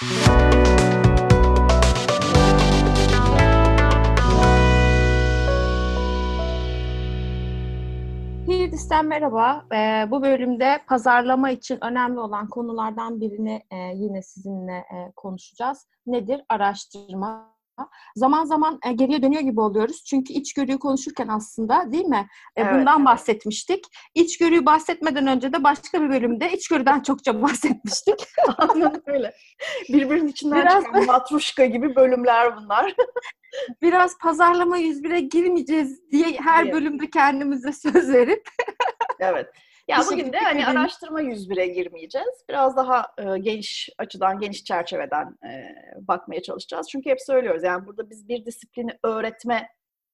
Firdevs'ten merhaba. Bu bölümde pazarlama için önemli olan konulardan birini yine sizinle konuşacağız. Nedir? Araştırma. Zaman zaman geriye dönüyor gibi oluyoruz. Çünkü içgörüyü konuşurken aslında değil mi? Bundan bahsetmiştik. İçgörüyü bahsetmeden önce de başka bir bölümde içgörüden çokça bahsetmiştik. Aynen öyle. Birbirinin içinden çıkan matruşka gibi bölümler bunlar. Biraz pazarlama 101'e girmeyeceğiz diye her bölümde kendimize söz verip. Evet. Ya bugün de hani araştırma 101'e girmeyeceğiz. Biraz daha geniş açıdan, geniş çerçeveden bakmaya çalışacağız. Çünkü hep söylüyoruz yani burada biz bir disiplini öğretme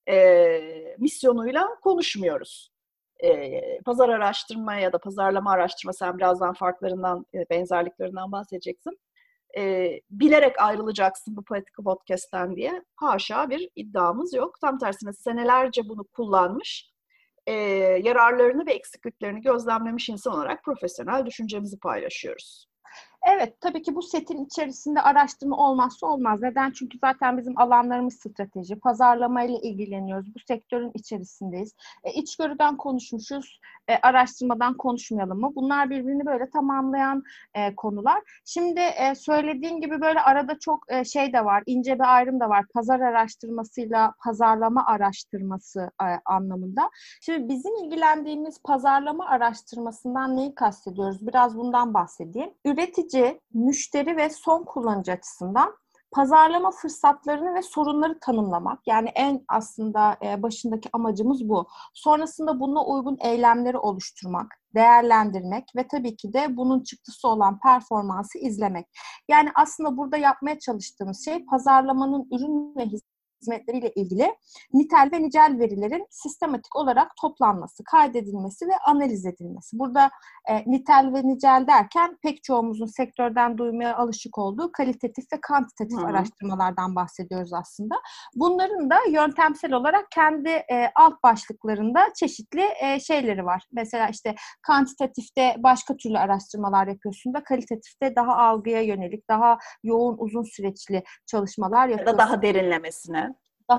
misyonuyla konuşmuyoruz. Pazar araştırma ya da pazarlama araştırma, sen birazdan farklarından, benzerliklerinden bahsedeceksin. Bilerek ayrılacaksın bu Politika Podcast'ten diye haşa bir iddiamız yok. Tam tersine senelerce bunu kullanmış, yararlarını ve eksikliklerini gözlemlemiş insan olarak profesyonel düşüncemizi paylaşıyoruz. Evet, tabii ki bu setin içerisinde araştırma olmazsa olmaz. Neden? Çünkü zaten bizim alanlarımız strateji, pazarlamayla ilgileniyoruz. Bu sektörün içerisindeyiz. İçgörüden konuşmuşuz, araştırmadan konuşmayalım mı? Bunlar birbirini böyle tamamlayan konular. Şimdi söylediğin gibi böyle arada çok şey de var, ince bir ayrım da var. Pazar araştırmasıyla pazarlama araştırması anlamında. Şimdi bizim ilgilendiğimiz pazarlama araştırmasından neyi kastediyoruz? Biraz bundan bahsedeyim. Üretici, müşteri ve son kullanıcı açısından pazarlama fırsatlarını ve sorunları tanımlamak. Yani en aslında başındaki amacımız bu. Sonrasında buna uygun eylemleri oluşturmak, değerlendirmek ve tabii ki de bunun çıktısı olan performansı izlemek. Yani aslında burada yapmaya çalıştığımız şey pazarlamanın ürün ve hizmetleriyle ilgili nitel ve nicel verilerin sistematik olarak toplanması, kaydedilmesi ve analiz edilmesi. Burada nitel ve nicel derken pek çoğumuzun sektörden duymaya alışık olduğu kalitatif ve kantitatif araştırmalardan bahsediyoruz aslında. Bunların da yöntemsel olarak kendi alt başlıklarında çeşitli şeyleri var. Mesela işte kantitatifte başka türlü araştırmalar yapıyorsun da kalitatifte daha algıya yönelik, daha yoğun, uzun süreçli çalışmalar yapıyorsun. Ya da daha derinlemesine.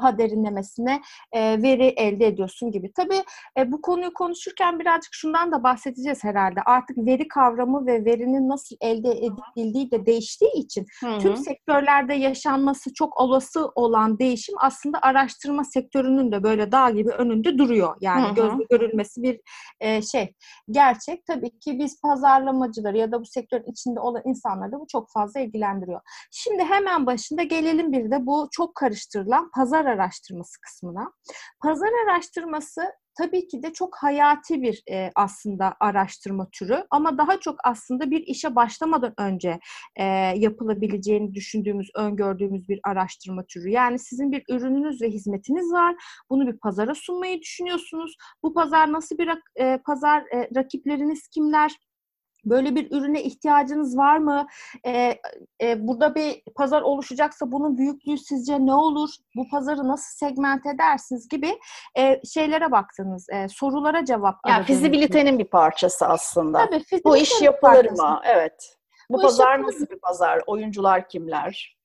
Veri elde ediyorsun gibi. Tabii bu konuyu konuşurken birazcık şundan da bahsedeceğiz herhalde. Artık veri kavramı ve verinin nasıl elde edildiği de değiştiği için tüm sektörlerde yaşanması çok olası olan değişim aslında araştırma sektörünün de böyle dağ gibi önünde duruyor. Yani gözle görülmesi bir şey. Gerçek. Tabii ki biz pazarlamacıları ya da bu sektörün içinde olan insanları da bu çok fazla ilgilendiriyor. Şimdi hemen başında gelelim bir de bu çok karıştırılan pazar araştırması kısmına. Pazar araştırması tabii ki de çok hayati bir aslında araştırma türü ama daha çok aslında bir işe başlamadan önce yapılabileceğini düşündüğümüz, öngördüğümüz bir araştırma türü. Yani sizin bir ürününüz ve hizmetiniz var. Bunu bir pazara sunmayı düşünüyorsunuz. Bu pazar nasıl bir pazar? Rakipleriniz kimler? Böyle bir ürüne ihtiyacınız var mı? Burada bir pazar oluşacaksa bunun büyüklüğü sizce ne olur? Bu pazarı nasıl segment edersiniz gibi şeylere baktınız, sorulara cevap aradınız. Yani fizibilitenin bir parçası aslında. Tabii, bu iş yapılır mı? Evet. Bu pazar nasıl bir pazar? Oyuncular kimler?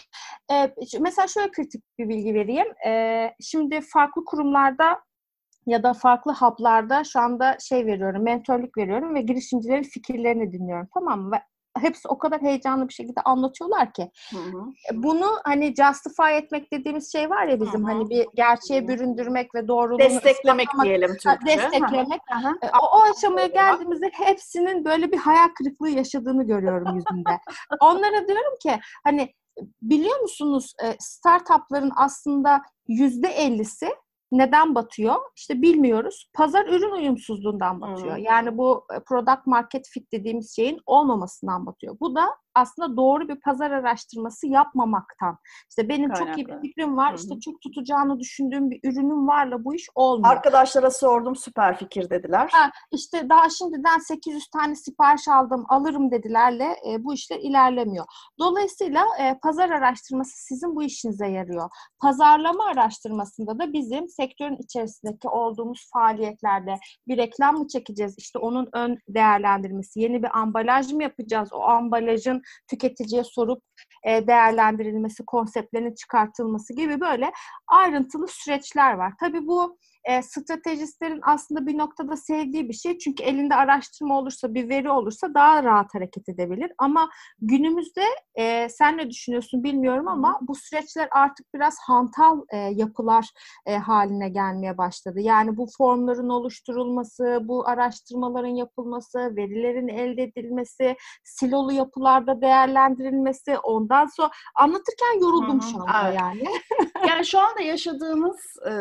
Mesela şöyle kritik bir bilgi vereyim. Şimdi farklı kurumlarda ya da farklı hub'larda şu anda veriyorum, mentörlük veriyorum ve girişimcilerin fikirlerini dinliyorum, tamam mı? Ve hepsi o kadar heyecanlı bir şekilde anlatıyorlar ki. Bunu hani justify etmek dediğimiz şey var ya bizim hani bir gerçeğe büründürmek ve doğruluğunu desteklemek diyelim Türkçe. Desteklemek. O aşamaya geldiğimizde hepsinin böyle bir hayal kırıklığı yaşadığını görüyorum yüzünde. Onlara diyorum ki hani biliyor musunuz startupların aslında %50'si neden batıyor? İşte bilmiyoruz. Pazar ürün uyumsuzluğundan batıyor. Yani bu product market fit dediğimiz şeyin olmamasından batıyor. Bu da aslında doğru bir pazar araştırması yapmamaktan. İşte benim çok iyi bir fikrim var. İşte çok tutacağını düşündüğüm bir ürünüm varla bu iş olmuyor. Arkadaşlara sordum, süper fikir dediler. İşte daha şimdiden 800 tane sipariş aldım, alırım dedilerle bu işler ilerlemiyor. Dolayısıyla pazar araştırması sizin bu işinize yarıyor. Pazarlama araştırmasında da bizim sektörün içerisindeki olduğumuz faaliyetlerde bir reklam mı çekeceğiz? İşte onun ön değerlendirmesi, yeni bir ambalaj mı yapacağız? O ambalajın tüketiciye sorup değerlendirilmesi, konseptlerinin çıkartılması gibi böyle ayrıntılı süreçler var. Tabii bu stratejistlerin aslında bir noktada sevdiği bir şey. Çünkü elinde araştırma olursa, bir veri olursa daha rahat hareket edebilir. Ama günümüzde sen ne düşünüyorsun bilmiyorum ama bu süreçler artık biraz hantal yapılar haline gelmeye başladı. Yani bu formların oluşturulması, bu araştırmaların yapılması, verilerin elde edilmesi, silolu yapılarda değerlendirilmesi, ondan sonra anlatırken yoruldum şu anda Evet. yani. Yani şu anda yaşadığımız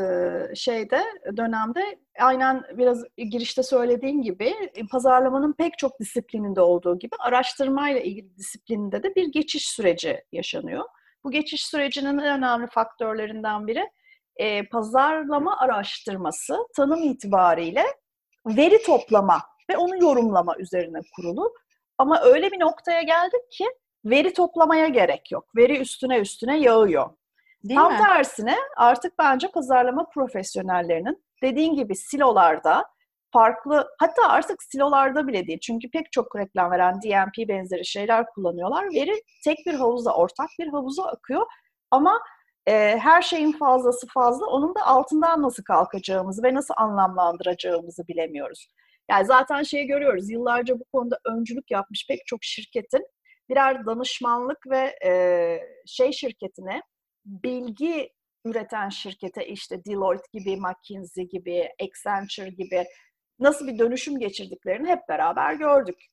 dönemde aynen biraz girişte söylediğim gibi pazarlamanın pek çok disiplininde olduğu gibi araştırmayla ilgili disiplininde de bir geçiş süreci yaşanıyor. Bu geçiş sürecinin en önemli faktörlerinden biri pazarlama araştırması tanım itibariyle veri toplama ve onu yorumlama üzerine kurulu. Ama öyle bir noktaya geldik ki veri toplamaya gerek yok. Veri üstüne üstüne yağıyor. Değil Tam mi? tersine artık bence pazarlama profesyonellerinin dediğin gibi silolarda farklı, hatta artık silolarda bile değil. Çünkü pek çok reklam veren DMP benzeri şeyler kullanıyorlar. Veri tek bir havuza, ortak bir havuza akıyor. Ama her şeyin fazlası fazla. Onun da altından nasıl kalkacağımızı ve nasıl anlamlandıracağımızı bilemiyoruz. Yani zaten şeyi görüyoruz. Yıllarca bu konuda öncülük yapmış pek çok şirketin birer danışmanlık ve şirketine, bilgi üreten şirkete, işte Deloitte gibi, McKinsey gibi, Accenture gibi nasıl bir dönüşüm geçirdiklerini hep beraber gördük.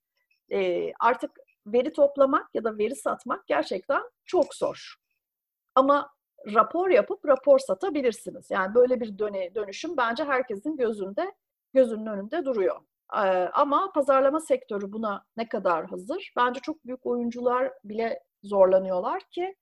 Artık veri toplamak ya da veri satmak gerçekten çok zor. Ama rapor yapıp rapor satabilirsiniz. Yani böyle bir dönüşüm bence herkesin gözünün önünde duruyor. Ama pazarlama sektörü buna ne kadar hazır? Bence çok büyük oyuncular bile zorlanıyorlar ki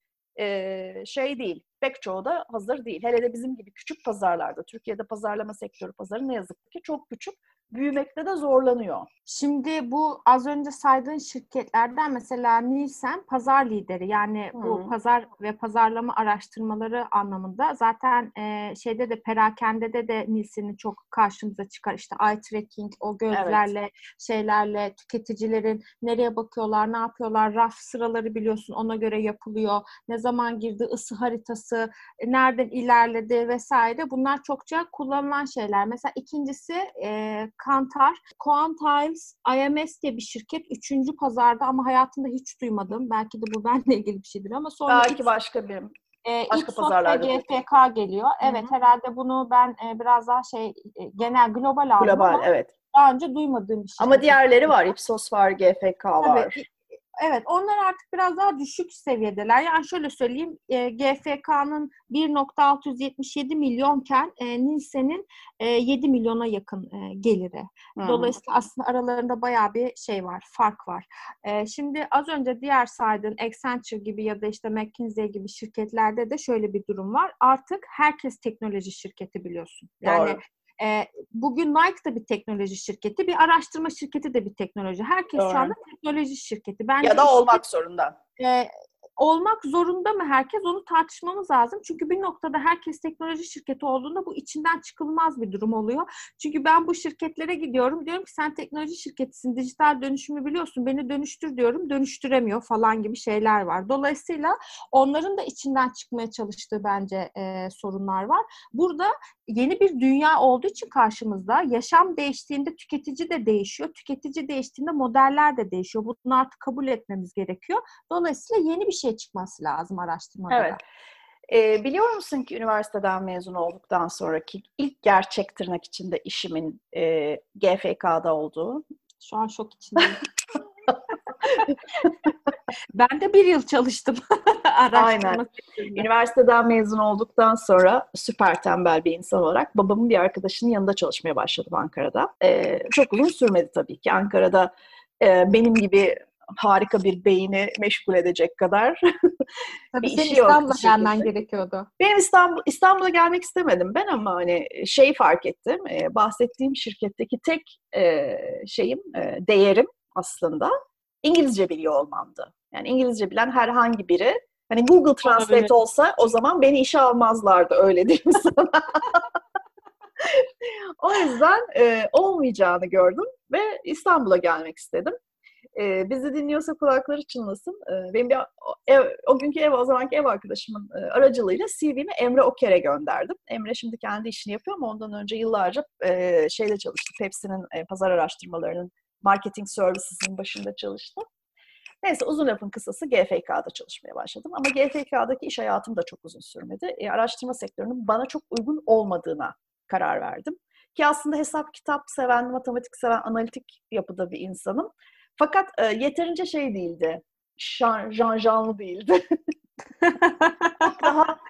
değil. Pek çoğu da hazır değil. Hele de bizim gibi küçük pazarlarda. Türkiye'de pazarlama sektörü pazarı ne yazık ki çok küçük. Büyümekte de zorlanıyor. Şimdi bu az önce saydığın şirketlerden mesela Nielsen pazar lideri. Yani bu pazar ve pazarlama araştırmaları anlamında zaten şeyde de perakendede de Nielsen'in çok karşımıza çıkar. İşte eye tracking, o gözlerle, şeylerle tüketicilerin nereye bakıyorlar, ne yapıyorlar, raf sıraları biliyorsun ona göre yapılıyor. Ne zaman girdi, ısı haritası, nereden ilerledi vesaire. Bunlar çokça kullanılan şeyler. Mesela ikincisi Kantar. Quantiles IMS diye bir şirket. 3. pazarda ama hayatımda hiç duymadım. Belki de bu benimle ilgili bir şeydir ama sonra belki başka Ipsos ve pazarlarda GfK geliyor. Evet, herhalde bunu ben biraz daha genel global aldım ama evet. daha önce duymadığım bir şey. Ama diğerleri var. Ipsos var, GfK Tabii. var. Evet, onlar artık biraz daha düşük seviyedeler. Yani şöyle söyleyeyim, GfK'nın 1,677 milyonken Nielsen'in 7 milyona yakın geliri. Dolayısıyla aslında aralarında bayağı bir fark var. Şimdi az önce diğer saydığın Accenture gibi ya da işte McKinsey gibi şirketlerde de şöyle bir durum var. Artık herkes teknoloji şirketi biliyorsun. Yani Doğru. Bugün Nike de bir teknoloji şirketi, bir araştırma şirketi de bir teknoloji. Herkes şu anda teknoloji şirketi. Bence ya da olmak zorunda. Olmak zorunda mı herkes? Onu tartışmamız lazım. Çünkü bir noktada herkes teknoloji şirketi olduğunda bu içinden çıkılmaz bir durum oluyor. Çünkü ben bu şirketlere gidiyorum. Diyorum ki sen teknoloji şirketisin. Dijital dönüşümü biliyorsun. Beni dönüştür diyorum. Dönüştüremiyor falan gibi şeyler var. Dolayısıyla onların da içinden çıkmaya çalıştığı bence sorunlar var. Burada yeni bir dünya olduğu için karşımızda yaşam değiştiğinde tüketici de değişiyor. Tüketici değiştiğinde modeller de değişiyor. Bunu artık kabul etmemiz gerekiyor. Dolayısıyla yeni bir şey çıkması lazım araştırmada da. Biliyor musun ki üniversiteden mezun olduktan sonraki ilk gerçek tırnak içinde işimin GfK'da olduğu? Şu an şok içindeyim. Ben de 1 yıl çalıştım. Aynen. Üniversiteden mezun olduktan sonra süper tembel bir insan olarak babamın bir arkadaşının yanında çalışmaya başladım Ankara'da. Çok uzun sürmedi tabii ki. Ankara'da benim gibi harika bir beyni meşgul edecek kadar tabii bir senin işi yoktu İstanbul'a gelmen şirkette. gerekiyordu. Benim İstanbul'a gelmek istemedim ben ama hani fark ettim. Bahsettiğim şirketteki tek değerim aslında İngilizce biliyor olmamdı. Yani İngilizce bilen herhangi biri, hani Google Translate olsa o zaman beni işe almazlardı, öyle diyeyim sana. O yüzden olmayacağını gördüm ve İstanbul'a gelmek istedim. Bizi dinliyorsa kulakları çınlasın. Benim o günkü o zamanki ev arkadaşımın aracılığıyla CV'mi Emre Oker'e gönderdim. Emre şimdi kendi işini yapıyor ama ondan önce yıllarca şeyde çalıştı. Pepsi'nin pazar araştırmalarının marketing services'inin başında çalıştı. Neyse uzun lafın kısası GfK'da çalışmaya başladım. Ama GfK'daki iş hayatım da çok uzun sürmedi. Araştırma sektörünün bana çok uygun olmadığına karar verdim. Ki aslında hesap kitap seven, matematik seven, analitik yapıda bir insanım. Fakat yeterince şey değildi, janjanlı değildi. Çok daha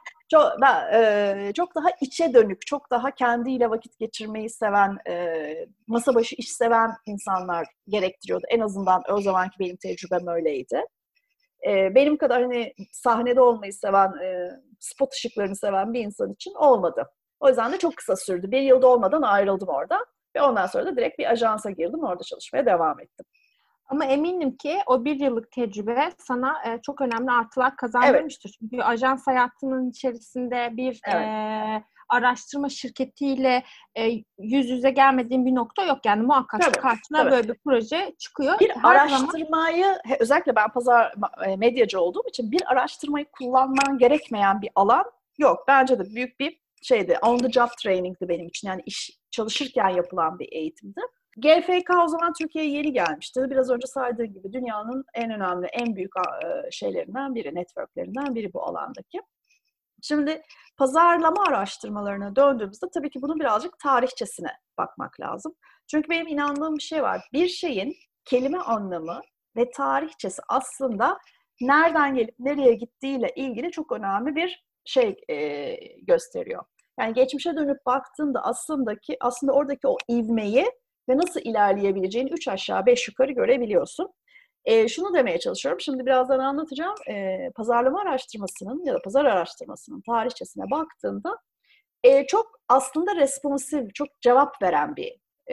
çok daha içe dönük, çok daha kendiyle vakit geçirmeyi seven, masa başı iş seven insanlar gerektiriyordu. En azından o zamanki benim tecrübem öyleydi. Benim kadar hani sahnede olmayı seven, spot ışıklarını seven bir insan için olmadı. O yüzden de çok kısa sürdü. 1 yılda olmadan ayrıldım orada. Ve ondan sonra da direkt bir ajansa girdim. Orada çalışmaya devam ettim. Ama eminim ki o 1 yıllık tecrübe sana çok önemli artılar Evet. kazandırmıştır. Çünkü ajans hayatının içerisinde bir Evet. araştırma şirketiyle yüz yüze gelmediğin bir nokta yok. Yani muhakkak Tabii, karşına tabii. böyle bir proje çıkıyor. Bir Her zaman araştırmayı, özellikle ben medyacı olduğum için bir araştırmayı kullanman gerekmeyen bir alan yok. Bence de büyük bir şeydi. On the job training'di benim için. Yani iş çalışırken yapılan bir eğitimdi. GfK o zaman Türkiye'ye yeni gelmişti. Biraz önce saydığım gibi dünyanın en önemli, en büyük şeylerinden biri, networklerinden biri bu alandaki. Şimdi pazarlama araştırmalarına döndüğümüzde tabii ki bunun birazcık tarihçesine bakmak lazım. Çünkü benim inandığım bir şey var. Bir şeyin kelime anlamı ve tarihçesi aslında nereden gelip nereye gittiğiyle ilgili çok önemli bir şey gösteriyor. Yani geçmişe dönüp baktığında aslında oradaki o ivmeyi ve nasıl ilerleyebileceğini 3 aşağı 5 yukarı görebiliyorsun. Şunu demeye çalışıyorum. Şimdi birazdan anlatacağım. Pazarlama araştırmasının ya da pazar araştırmasının tarihçesine baktığında çok aslında responsif, çok cevap veren bir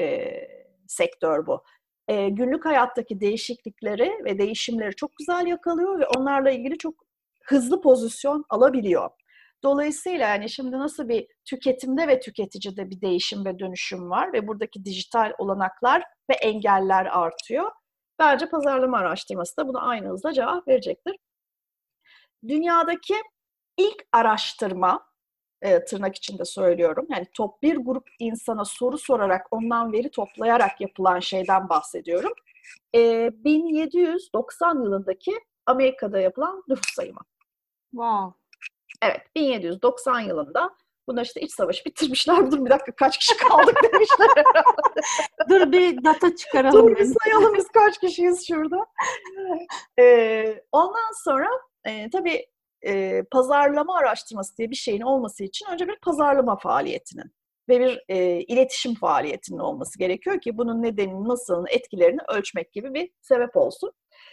sektör bu. Günlük hayattaki değişiklikleri ve değişimleri çok güzel yakalıyor ve onlarla ilgili çok hızlı pozisyon alabiliyor. Dolayısıyla yani şimdi nasıl bir tüketimde ve tüketicide bir değişim ve dönüşüm var ve buradaki dijital olanaklar ve engeller artıyor. Bence pazarlama araştırması da buna aynı hızla cevap verecektir. Dünyadaki ilk araştırma, tırnak içinde söylüyorum, yani bir grup insana soru sorarak ondan veri toplayarak yapılan şeyden bahsediyorum. 1790 yılındaki Amerika'da yapılan nüfus sayımı. wow. Evet, 1790 yılında bunlar işte iç savaşı bitirmişler. Dur bir dakika kaç kişi kaldık demişler herhalde. Dur bir data çıkaralım. Dur bir sayalım biz kaç kişiyiz şurada. Ondan sonra tabii pazarlama araştırması diye bir şeyin olması için önce bir pazarlama faaliyetinin ve bir iletişim faaliyetinin olması gerekiyor ki bunun nedenini, nasılını, etkilerini ölçmek gibi bir sebep olsun.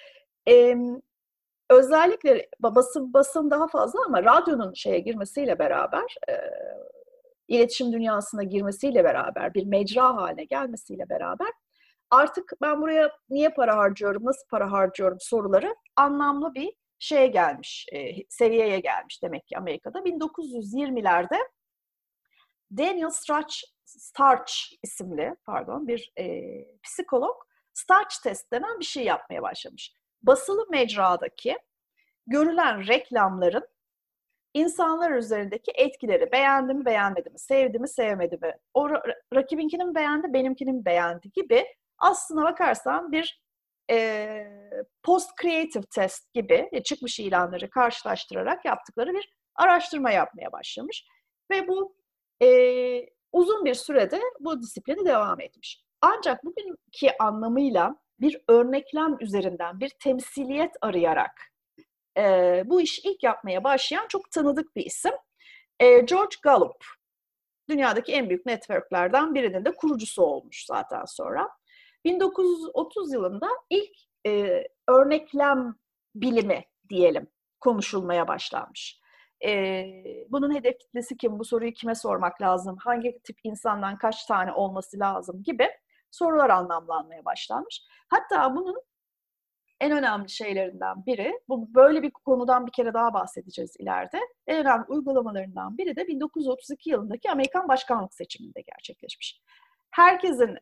Özellikle basın daha fazla ama radyonun şeye girmesiyle beraber, iletişim dünyasına girmesiyle beraber, bir mecra haline gelmesiyle beraber artık ben buraya niye para harcıyorum, nasıl para harcıyorum soruları anlamlı bir şeye gelmiş, seviyeye gelmiş demek ki Amerika'da. 1920'lerde Daniel Starch isimli bir psikolog Starch test denen bir şey yapmaya başlamış. Basılı mecradaki görülen reklamların insanlar üzerindeki etkileri beğendi mi, beğenmedi mi, sevdi mi, sevmedi mi, o rakibinkini mi beğendi, benimkini mi beğendi gibi aslına bakarsan bir post-creative test gibi çıkmış ilanları karşılaştırarak yaptıkları bir araştırma yapmaya başlamış. Ve bu uzun bir sürede bu disiplini devam etmiş. Ancak bugünkü anlamıyla bir örneklem üzerinden bir temsiliyet arayarak bu işi ilk yapmaya başlayan çok tanıdık bir isim. George Gallup. Dünyadaki en büyük networklerden birinin de kurucusu olmuş zaten sonra. 1930 yılında ilk örneklem bilimi diyelim konuşulmaya başlanmış. Bunun hedef kitlesi kim? Bu soruyu kime sormak lazım? Hangi tip insandan kaç tane olması lazım gibi sorular anlamlanmaya başlanmış. Hatta bunun en önemli şeylerinden biri, bu böyle bir konudan bir kere daha bahsedeceğiz ileride. En önemli uygulamalarından biri de 1932 yılındaki Amerikan başkanlık seçiminde gerçekleşmiş. Herkesin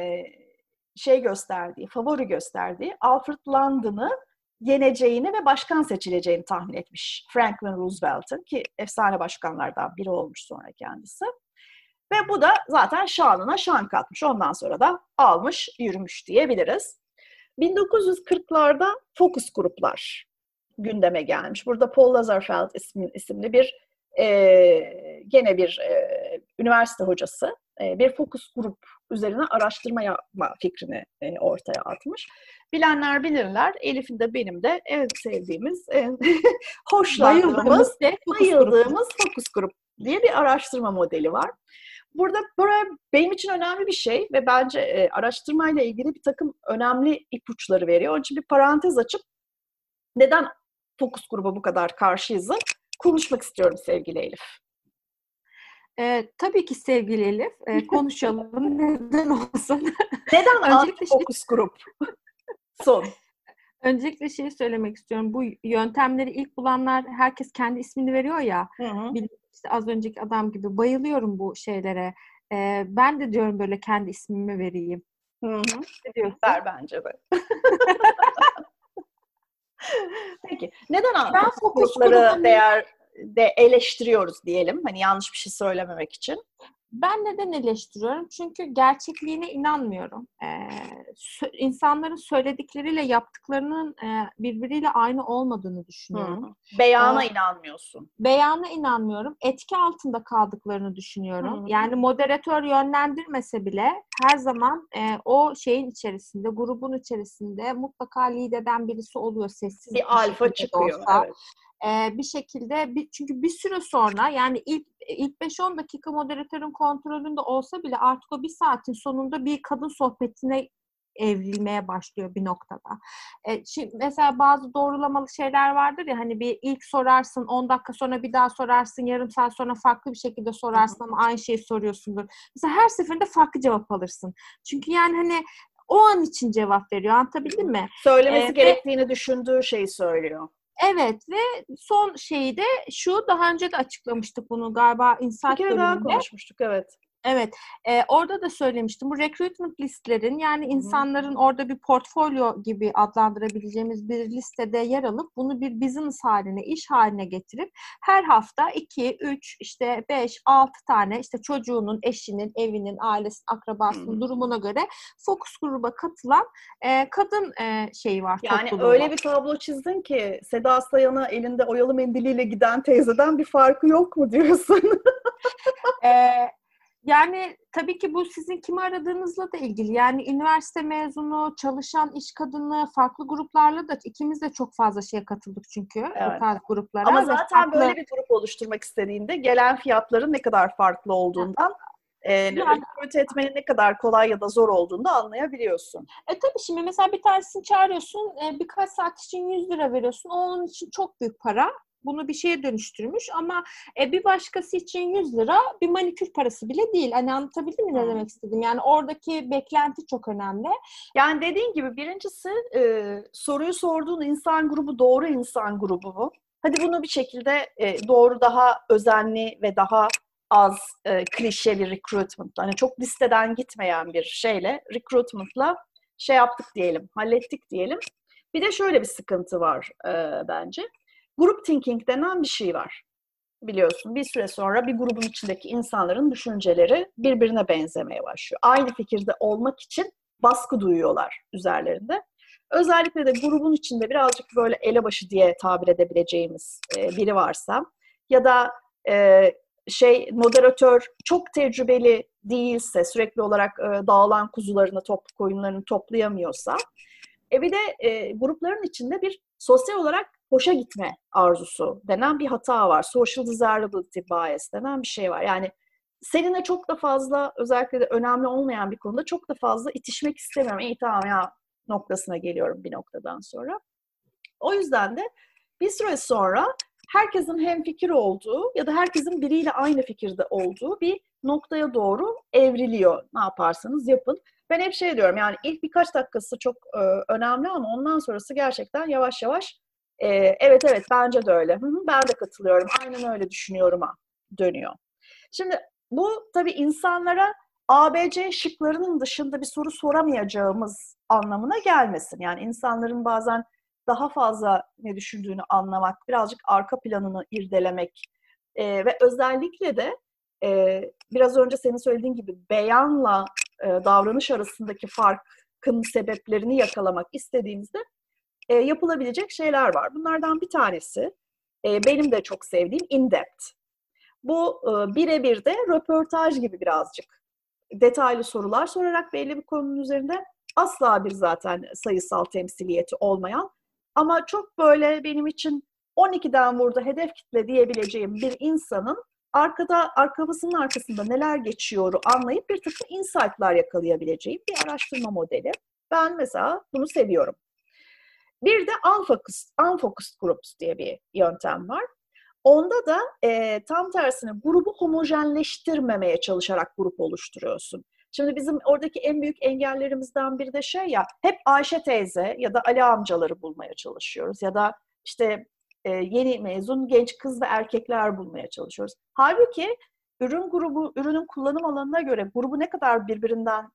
favori gösterdiği Alfred Landon'ı yeneceğini ve başkan seçileceğini tahmin etmiş Franklin Roosevelt'ın, ki efsane başkanlardan biri olmuş sonra kendisi. Ve bu da zaten şanına şan katmış. Ondan sonra da almış, yürümüş diyebiliriz. 1940'larda fokus gruplar gündeme gelmiş. Burada Paul Lazarsfeld isimli bir gene bir üniversite hocası bir fokus grup üzerine araştırma yapma fikrini ortaya atmış. Bilenler bilirler. Elif'in de benim de en sevdiğimiz, en hoşlandığımız, bayıldığımız fokus grup diye bir araştırma modeli var. Burada benim için önemli bir şey ve bence araştırmayla ilgili bir takım önemli ipuçları veriyor. Onun için bir parantez açıp neden fokus gruba bu kadar karşıyızı konuşmak istiyorum sevgili Elif. Tabii ki sevgili Elif. Konuşalım. Neden olsun? Neden anti-fokus grup? Son. Öncelikle şeyi söylemek istiyorum. Bu yöntemleri ilk bulanlar herkes kendi ismini veriyor ya. İşte az önceki adam gibi bayılıyorum bu şeylere. Ben de diyorum böyle kendi ismimi vereyim. Ne diyorsun? Ver bence de. Peki. Neden anti-fokus grupları eleştiriyoruz diyelim? Hani yanlış bir şey söylememek için. Ben neden eleştiriyorum? Çünkü gerçekliğine inanmıyorum. İnsanların söyledikleriyle yaptıklarının birbiriyle aynı olmadığını düşünüyorum. Beyana inanmıyorsun. Beyana inanmıyorum. Etki altında kaldıklarını düşünüyorum. Yani moderatör yönlendirmese bile her zaman o şeyin içerisinde, grubun içerisinde mutlaka lider eden birisi oluyor, sessiz. Bir alfa çıkıyor. Evet. Bir şekilde çünkü bir süre sonra yani ilk 5-10 dakika moderatörün kontrolünde olsa bile artık o bir saatin sonunda bir kadın sohbetine evrilmeye başlıyor bir noktada. Şimdi mesela bazı doğrulamalı şeyler vardır ya, hani bir ilk sorarsın, 10 dakika sonra bir daha sorarsın, yarım saat sonra farklı bir şekilde sorarsın ama aynı şeyi soruyorsundur. Mesela her seferinde farklı cevap alırsın. Çünkü yani hani o an için cevap veriyor. Anlatabildim mi? Söylemesi gerektiğini düşündüğü şeyi söylüyor. Evet ve son şeyi de şu, daha önce de açıklamıştık bunu galiba Insight bölümünde. Bir kere daha konuşmuştuk, evet. Evet, orada da söylemiştim. Bu recruitment listelerin, yani insanların orada bir portfolyo gibi adlandırabileceğimiz bir listede yer alıp bunu bir business haline, iş haline getirip her hafta 2, 3, işte 5, 6 tane işte çocuğunun, eşinin, evinin, ailesinin, akrabasının durumuna göre fokus gruba katılan kadın şeyi var. Yani öyle var. Bir tablo çizdin ki Seda Sayan'a elinde oyalı mendiliyle giden teyzeden bir farkı yok mu diyorsun? Yani tabii ki bu sizin kimi aradığınızla da ilgili. Yani üniversite mezunu, çalışan iş kadını, farklı gruplarla da ikimiz de çok fazla şeye katıldık çünkü bu tarz gruplara. Ama zaten böyle bir grup oluşturmak istediğinde gelen fiyatların ne kadar farklı olduğundan, rekrut etmenin ne kadar kolay ya da zor olduğunu da anlayabiliyorsun. Tabii şimdi mesela bir tanesini çağırıyorsun, birkaç saat için 100 lira veriyorsun. O onun için çok büyük para. Bunu bir şeye dönüştürmüş ama bir başkası için 100 lira bir manikür parası bile değil. Hani anlatabildim mi ne demek istedim? Yani oradaki beklenti çok önemli. Yani dediğin gibi birincisi soruyu sorduğun insan grubu doğru insan grubu mu? Hadi bunu bir şekilde doğru, daha özenli ve daha az klişe bir recruitment'la, hani çok listeden gitmeyen bir şeyle, recruitment'la şey yaptık diyelim, hallettik diyelim. Bir de şöyle bir sıkıntı var bence. Group thinking denen bir şey var. Biliyorsun, bir süre sonra bir grubun içindeki insanların düşünceleri birbirine benzemeye başlıyor. Aynı fikirde olmak için baskı duyuyorlar üzerlerinde. Özellikle de grubun içinde birazcık böyle elebaşı diye tabir edebileceğimiz biri varsa ya da moderatör çok tecrübeli değilse, sürekli olarak dağılan kuzularını, koyunlarını toplayamıyorsa, bir de grupların içinde bir sosyal olarak hoşa gitme arzusu denen bir hata var. Social desirability bias denen bir şey var. Yani seninle çok da fazla, özellikle de önemli olmayan bir konuda çok da fazla itişmek istemiyorum. İyi tamam ya noktasına geliyorum bir noktadan sonra. O yüzden de bir süre sonra herkesin hemfikir olduğu ya da herkesin biriyle aynı fikirde olduğu bir noktaya doğru evriliyor. Ne yaparsanız yapın. Ben hep şey diyorum, yani ilk birkaç dakikası çok önemli ama ondan sonrası gerçekten yavaş yavaş evet evet bence de öyle. Hı hı, ben de katılıyorum. Aynen öyle düşünüyorum'a dönüyor. Şimdi bu tabii insanlara ABC şıklarının dışında bir soru soramayacağımız anlamına gelmesin. Yani insanların bazen daha fazla ne düşündüğünü anlamak, birazcık arka planını irdelemek ve özellikle de biraz önce senin söylediğin gibi beyanla davranış arasındaki farkın sebeplerini yakalamak istediğimizde yapılabilecek şeyler var. Bunlardan bir tanesi benim de çok sevdiğim in-depth. Bu birebir de röportaj gibi birazcık. Detaylı sorular sorarak belli bir konunun üzerinde, asla bir zaten sayısal temsiliyeti olmayan ama çok böyle benim için 12'den vurdu hedef kitle diyebileceğim bir insanın arkasının arkasında neler geçiyoru anlayıp bir takım insight'lar yakalayabileceğim bir araştırma modeli. Ben mesela bunu seviyorum. Bir de unfocused groups diye bir yöntem var. Onda da tam tersine grubu homojenleştirmemeye çalışarak grup oluşturuyorsun. Şimdi bizim oradaki en büyük engellerimizden biri de şey ya, hep Ayşe teyze ya da Ali amcaları bulmaya çalışıyoruz. Ya da işte yeni mezun genç kız ve erkekler bulmaya çalışıyoruz. Halbuki ürünün kullanım alanına göre grubu ne kadar birbirinden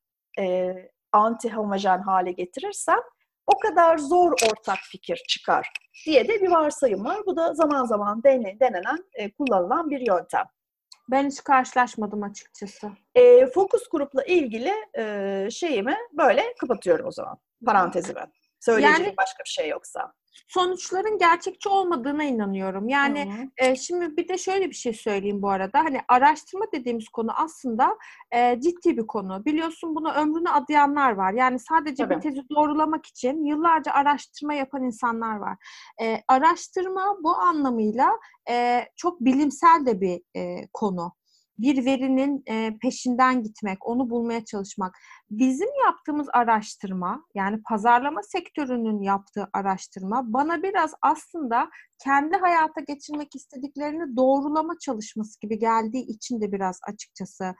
anti homojen hale getirirsen o kadar zor ortak fikir çıkar diye de bir varsayım var. Bu da zaman zaman denenen, kullanılan bir yöntem. Ben hiç karşılaşmadım açıkçası. Fokus grupla ilgili şeyimi böyle kapatıyorum o zaman. Parantezimi. Söyleyeceğim Yani başka bir şey yoksa. sonuçların gerçekçi olmadığına inanıyorum. Yani şimdi bir de şöyle bir şey söyleyeyim bu arada. Hani araştırma dediğimiz konu aslında ciddi bir konu. Biliyorsun buna ömrünü adayanlar var. Yani sadece Tabii. bir tezi doğrulamak için yıllarca araştırma yapan insanlar var. Araştırma bu anlamıyla çok bilimsel de bir konu. Bir verinin peşinden gitmek, onu bulmaya çalışmak. Bizim yaptığımız araştırma, yani pazarlama sektörünün yaptığı araştırma bana biraz aslında kendi hayata geçirmek istediklerini doğrulama çalışması gibi geldiği için de biraz açıkçası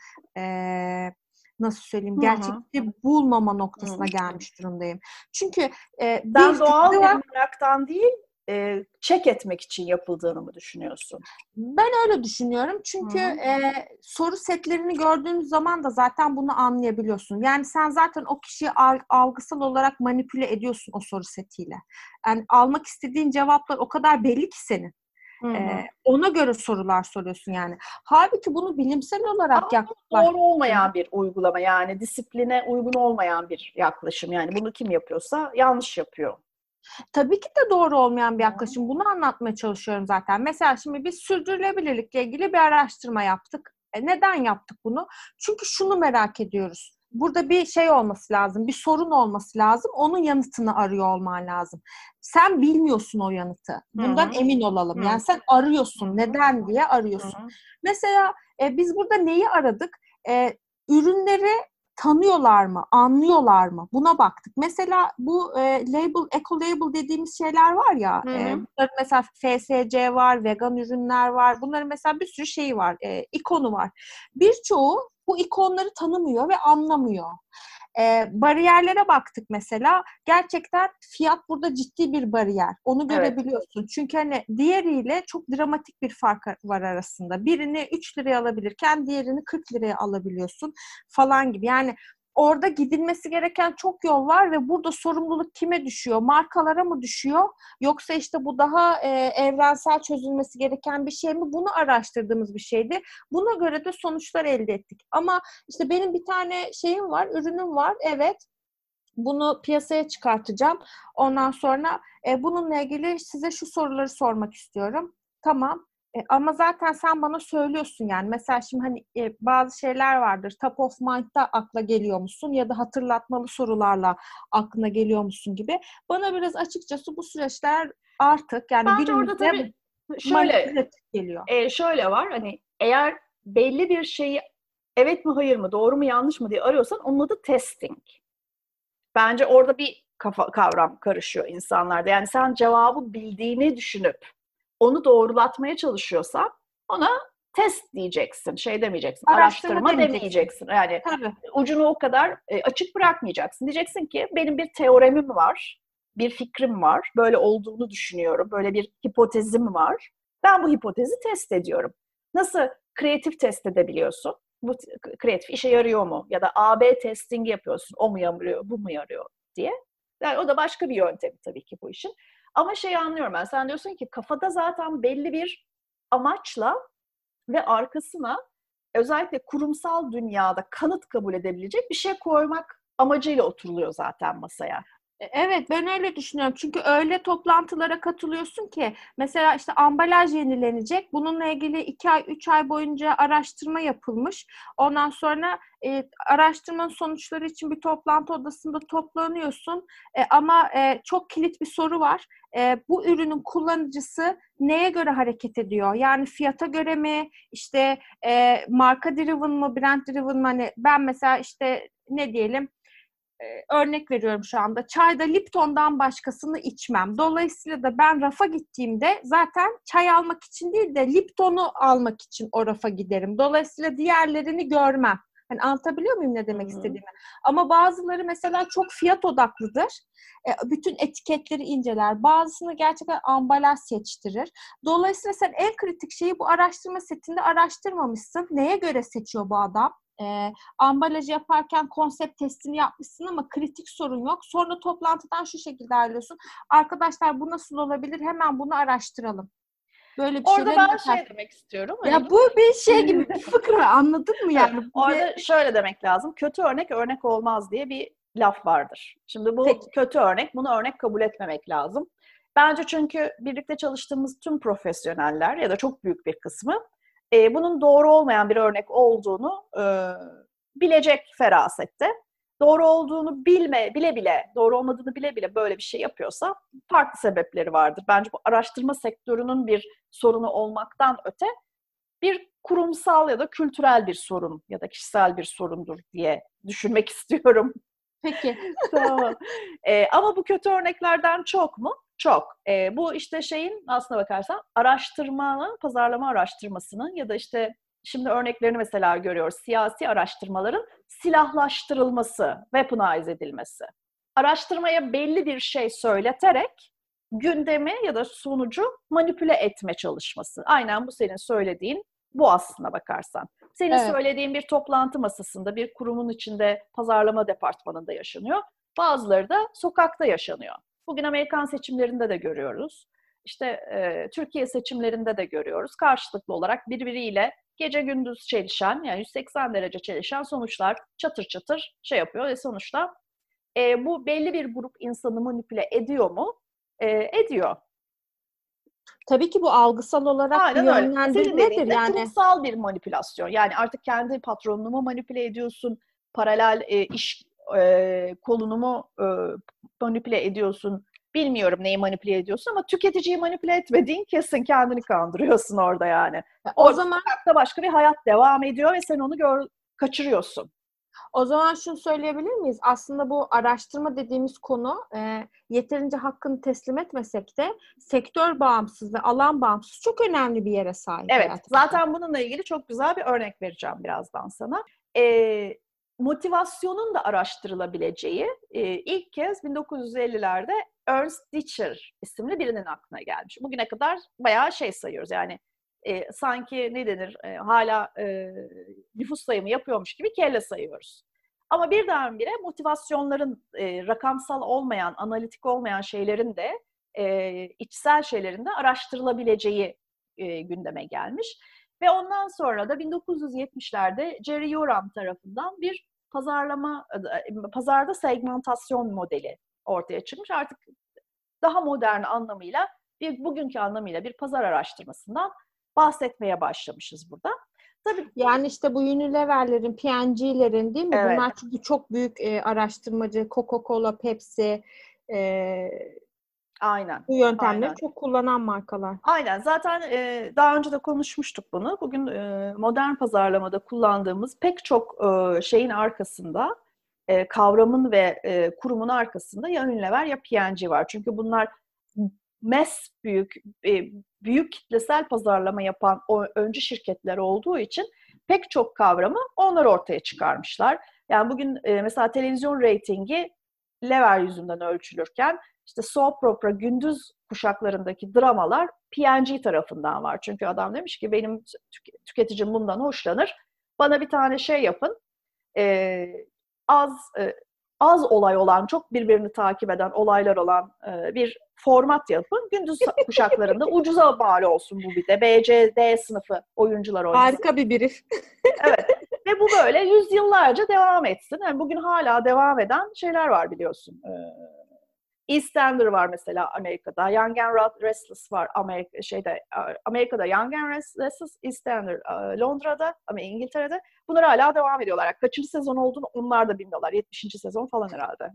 nasıl söyleyeyim, gerçekçi bulmama noktasına gelmiş durumdayım. Çünkü bir Sen doğal fikri bir var. meraktan değil, check etmek için yapıldığını mı düşünüyorsun? Ben öyle düşünüyorum. Çünkü soru setlerini gördüğün zaman da zaten bunu anlayabiliyorsun. Yani sen zaten o kişiyi algısal olarak manipüle ediyorsun o soru setiyle. Yani almak istediğin cevaplar o kadar belli ki senin. Ona göre sorular soruyorsun yani. Halbuki bunu bilimsel olarak Ama bu doğru yaklaştığında olmayan bir uygulama, yani disipline uygun olmayan bir yaklaşım. Yani bunu kim yapıyorsa yanlış yapıyor. tabii ki de doğru olmayan bir yaklaşım. Bunu anlatmaya çalışıyorum zaten. Mesela şimdi biz sürdürülebilirlikle ilgili bir araştırma yaptık. Neden yaptık bunu? Çünkü şunu merak ediyoruz. Burada bir şey olması lazım, bir sorun olması lazım. Onun yanıtını arıyor olman lazım. Sen bilmiyorsun o yanıtı. Bundan emin olalım. Yani sen arıyorsun. Neden diye arıyorsun. Mesela biz burada neyi aradık? Ürünleri tanıyorlar mı? Anlıyorlar mı? Buna baktık. Mesela bu eco-label dediğimiz şeyler var ya, bunların mesela FSC var, vegan ürünler var. Bunların mesela bir sürü şeyi var, ikonu var. Birçoğu bu ikonları tanımıyor ve anlamıyor. Bariyerlere baktık mesela. Gerçekten fiyat burada ciddi bir bariyer. Onu görebiliyorsun. Çünkü hani diğeriyle çok dramatik bir fark var arasında. Birini 3 liraya alabilirken diğerini 40 liraya alabiliyorsun falan gibi. Yani orada gidilmesi gereken çok yol var ve burada sorumluluk kime düşüyor? Markalara mı düşüyor? Yoksa işte bu daha evrensel çözülmesi gereken bir şey mi? Bunu araştırdığımız bir şeydi. Buna göre de sonuçlar elde ettik. Ama işte benim bir tane şeyim var, ürünüm var. Evet, bunu piyasaya çıkartacağım. Ondan sonra bununla ilgili size şu soruları sormak istiyorum. Tamam. Ama zaten sen bana söylüyorsun yani. Mesela şimdi hani bazı şeyler vardır. Top of mind'da akla geliyor musun? Ya da hatırlatmalı sorularla aklına geliyor musun gibi. Bana biraz açıkçası bu süreçler artık yani Bence orada günümüzde tabii şöyle manipülatif geliyor. şöyle var, hani eğer belli bir şeyi evet mi hayır mı, doğru mu yanlış mı diye arıyorsan onun adı testing. Bence orada bir kavram karışıyor insanlarda. Yani sen cevabı bildiğini düşünüp onu doğrulatmaya çalışıyorsan ona test diyeceksin, şey demeyeceksin, Araştırma araştırma demeyeceksin. demeyeceksin. Yani Tabii. ucunu o kadar açık bırakmayacaksın. Diyeceksin ki benim bir teoremim var, bir fikrim var, böyle olduğunu düşünüyorum, böyle bir hipotezim var. Ben bu hipotezi test ediyorum. Nasıl kreatif test edebiliyorsun? Bu kreatif işe yarıyor mu? Ya da A/B testing yapıyorsun. O mu yarıyor, bu mu yarıyor diye. Yani o da başka bir yöntemi tabii ki bu işin. Ama şeyi anlıyorum ben. Sen diyorsun ki kafada zaten belli bir amaçla ve arkasına özellikle kurumsal dünyada kanıt kabul edebilecek bir şey koymak amacıyla oturuluyor zaten masaya. Evet, ben öyle düşünüyorum. Çünkü öyle toplantılara katılıyorsun ki mesela işte ambalaj yenilenecek. Bununla ilgili 2 ay, 3 ay boyunca araştırma yapılmış. Ondan sonra araştırmanın sonuçları için bir toplantı odasında toplanıyorsun. Ama çok kilit bir soru var. Bu ürünün kullanıcısı neye göre hareket ediyor? Yani fiyata göre mi? İşte marka driven mı, brand driven mı? Hani ben mesela işte ne diyelim? Örnek veriyorum şu anda. Çayda Lipton'dan başkasını içmem. Dolayısıyla da ben rafa gittiğimde zaten çay almak için değil de Lipton'u almak için o rafa giderim. Dolayısıyla diğerlerini görmem. Hani anlatabiliyor muyum ne demek istediğimi? Ama bazıları mesela çok fiyat odaklıdır. Bütün etiketleri inceler. Bazısını gerçekten ambalaj seçtirir. Dolayısıyla sen en kritik şeyi bu araştırma setinde araştırmamışsın. Neye göre seçiyor bu adam? Ambalajı yaparken konsept testini yapmışsın ama kritik sorun yok. Sonra toplantıdan şu şekilde ayrılıyorsun. Arkadaşlar bu nasıl olabilir? Hemen bunu araştıralım. Böyle bir Orada şeyler ben yeter. şey demek istiyorum. Ya Hani, bu bir şey gibi bir fıkra, anladın mı evet, yani? orada şöyle demek lazım. Kötü örnek örnek olmaz diye bir laf vardır. Şimdi bu Peki. kötü örnek, bunu örnek kabul etmemek lazım. Bence çünkü birlikte çalıştığımız tüm profesyoneller ya da çok büyük bir kısmı bunun doğru olmayan bir örnek olduğunu bilecek ferasette. Doğru olduğunu doğru olmadığını bile bile böyle bir şey yapıyorsa farklı sebepleri vardır. Bence bu araştırma sektörünün bir sorunu olmaktan öte bir kurumsal ya da kültürel bir sorun ya da kişisel bir sorundur diye düşünmek istiyorum. Peki. Tamam. Ama bu kötü örneklerden çok mu? Çok. Bu işte şeyin aslına bakarsan araştırmanın, pazarlama araştırmasının ya da işte şimdi örneklerini mesela görüyoruz. Siyasi araştırmaların silahlaştırılması, weaponize edilmesi. Araştırmaya belli bir şey söyleterek gündemi ya da sonucu manipüle etme çalışması. Aynen bu senin söylediğin bu aslına bakarsan. Senin Evet. söylediğin bir toplantı masasında, bir kurumun içinde pazarlama departmanında yaşanıyor. Bazıları da sokakta yaşanıyor. Bugün Amerikan seçimlerinde de görüyoruz. İşte Türkiye seçimlerinde de görüyoruz. Karşılıklı olarak birbiriyle gece gündüz çelişen, yani 180 derece çelişen sonuçlar çatır çatır şey yapıyor ve sonuçta bu belli bir grup insanı manipüle ediyor mu? Ediyor. Tabii ki bu algısal olarak bir Aynen öyle. Senin yönlendirmedir dediğinde yani. kurumsal bir manipülasyon. Yani artık kendi patronunu mu manipüle ediyorsun, paralel iş kolunu mu manipüle ediyorsun, bilmiyorum neyi manipüle ediyorsun ama tüketiciyi manipüle etmediğin kesin, kendini kandırıyorsun orada yani. O Orada zaman sokakta başka bir hayat devam ediyor ve sen onu kaçırıyorsun. O zaman şunu söyleyebilir miyiz? Aslında bu araştırma dediğimiz konu yeterince hakkını teslim etmesek de sektör bağımsız ve alan bağımsız çok önemli bir yere sahip Evet, hayatımızda. zaten bununla ilgili çok güzel bir örnek vereceğim birazdan sana. Motivasyonun da araştırılabileceği ilk kez 1950'lerde Ernst Ditcher isimli birinin aklına gelmiş. Bugüne kadar bayağı şey sayıyoruz yani sanki ne denir hala nüfus sayımı yapıyormuş gibi kelle sayıyoruz. Ama birdenbire motivasyonların rakamsal olmayan, analitik olmayan şeylerin de içsel şeylerin de araştırılabileceği gündeme gelmiş. Ve ondan sonra da 1970'lerde Jerry Yoram tarafından bir pazarda segmentasyon modeli ortaya çıkmış. Artık daha modern anlamıyla, bugünkü anlamıyla bir pazar araştırmasından bahsetmeye başlamışız burada. Tabii. Yani işte bu Unilever'lerin, P&G'lerin değil mi? Evet. Bunlar çünkü çok büyük araştırmacı, Coca-Cola, Pepsi Aynen. bu yöntemleri Aynen. çok kullanan markalar. Aynen. Zaten daha önce de konuşmuştuk bunu. Bugün modern pazarlamada kullandığımız pek çok şeyin arkasında, kavramın ve kurumun arkasında ya Unilever ya P&G var. Çünkü bunlar büyük, büyük kitlesel pazarlama yapan o öncü şirketler olduğu için pek çok kavramı onlar ortaya çıkarmışlar. Yani bugün mesela televizyon reytingi lever yüzünden ölçülürken işte soap opera gündüz kuşaklarındaki dramalar P&G tarafından var. Çünkü adam demiş ki benim tüketicim bundan hoşlanır. Bana bir tane şey yapın. E, az az olay olan, çok birbirini takip eden olaylar olan bir format yapın. Gündüz kuşaklarında ucuza mal olsun bu bir de. B, C, D sınıfı oyuncular oynasın. Harika bir brief. Evet. Ve bu böyle yüzyıllarca devam etsin. Yani bugün hala devam eden şeyler var biliyorsun. EastEnders var mesela Amerika'da. Young and Restless var Amerika'da Young and Restless, EastEnders Londra'da ama İngiltere'de. Bunlar hala devam ediyorlar. Yani kaçıncı sezon olduğunu onlar da bilmiyorlar. 70. sezon falan herhalde.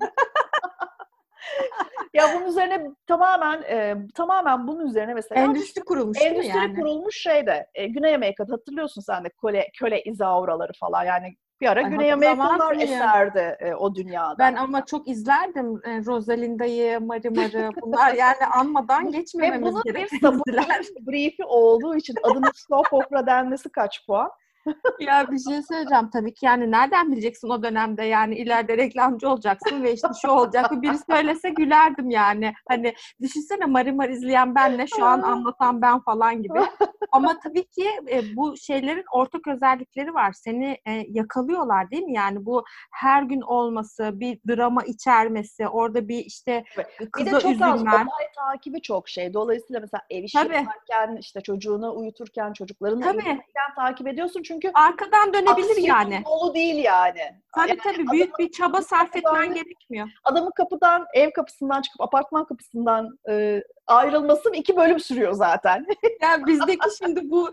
Ya bunun üzerine tamamen bunun üzerine mesela endüstri kurulmuş değil mi yani? Endüstri kurulmuş şeyde. Güney Amerika'da hatırlıyorsun sen de köle izauraları falan yani bir ara Güney Amerikalılar eserdi o dünyada. Ben ama çok izlerdim Rosalinda'yı, Marimar'ı. Bunlar yani anmadan geçmememiz gereken diziler. Ve bunun brief'i olduğu için adının soap opera denmesi kaç puan? Ya bir şey söyleyeceğim tabii ki yani nereden bileceksin o dönemde yani ileride reklamcı olacaksın ve işte şu olacak ve biri söylese gülerdim yani. Hani düşünsene Marimar izleyen benle şu an anlatan ben falan gibi. Ama tabii ki bu şeylerin ortak özellikleri var. Seni yakalıyorlar değil mi? Yani bu her gün olması, bir drama içermesi, orada bir işte kıza bir de çok üzülmen. az olay takibi çok şey. Dolayısıyla mesela ev işi yaparken, işte çocuğunu uyuturken, çocuklarını ilgilenirken takip ediyorsun. Çünkü arkadan dönebilir yani. Dolu değil yani. Tabii büyük bir çaba sarf etmen gerekmiyor. Adamın ev kapısından çıkıp apartman kapısından ayrılması 2 bölüm sürüyor zaten. Ya bizdeki şimdi bu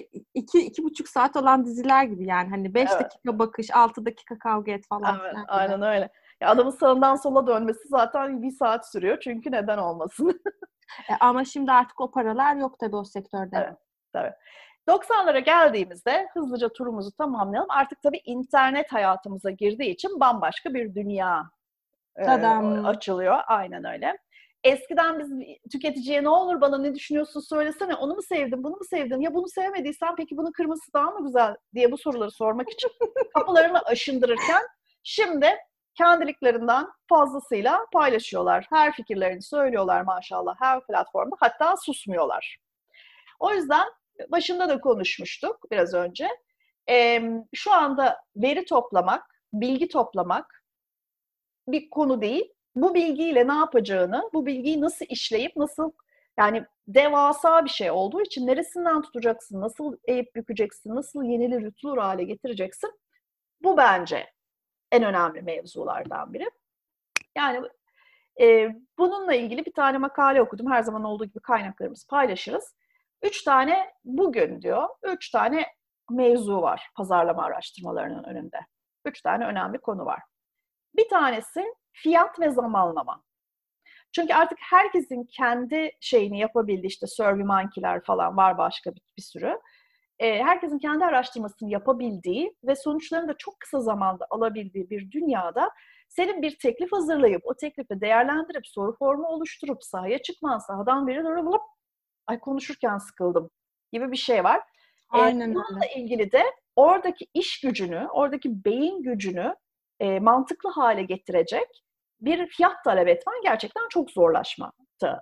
2,5 saat olan diziler gibi yani hani 5 dakika bakış, 6 dakika kavga et falan. Evet, aynen öyle. Ya adamın sağından sola dönmesi zaten 1 saat sürüyor çünkü neden olmasın? Ama şimdi artık o paralar yok tabii o sektörde. Evet, tabii. 90'lara geldiğimizde hızlıca turumuzu tamamlayalım. Artık tabii internet hayatımıza girdiği için bambaşka bir dünya açılıyor. Aynen öyle. Eskiden biz tüketiciye ne olur bana ne düşünüyorsun söylesene, onu mu sevdin, bunu mu sevdin, ya bunu sevmediysen peki bunun kırmızısı daha mı güzel diye bu soruları sormak için kapılarını aşındırırken şimdi kendiliklerinden fazlasıyla paylaşıyorlar. Her fikirlerini söylüyorlar maşallah her platformda, hatta susmuyorlar. O yüzden başında da konuşmuştuk biraz önce. Şu anda veri toplamak, bilgi toplamak bir konu değil. Bu bilgiyle ne yapacağını, bu bilgiyi nasıl işleyip nasıl, yani devasa bir şey olduğu için neresinden tutacaksın, nasıl eğip bükeceksin, nasıl yenilir yutulur hale getireceksin. Bu bence en önemli mevzulardan biri. Yani bununla ilgili bir tane makale okudum. Her zaman olduğu gibi kaynaklarımızı paylaşırız. 3 tane bugün diyor, 3 tane mevzu var pazarlama araştırmalarının önünde. 3 tane önemli konu var. Bir tanesi fiyat ve zamanlama. Çünkü artık herkesin kendi şeyini yapabildiği, işte SurveyMonkey'ler falan var, başka bir sürü. Herkesin kendi araştırmasını yapabildiği ve sonuçlarını da çok kısa zamanda alabildiği bir dünyada senin bir teklif hazırlayıp, o teklifi değerlendirip, soru formu oluşturup, sahaya çıkman, sahadan biri doğru bulup, ay konuşurken sıkıldım gibi bir şey var. Aynen bununla ilgili de oradaki iş gücünü, oradaki beyin gücünü mantıklı hale getirecek bir fiyat talep etmen gerçekten çok zorlaşmakta.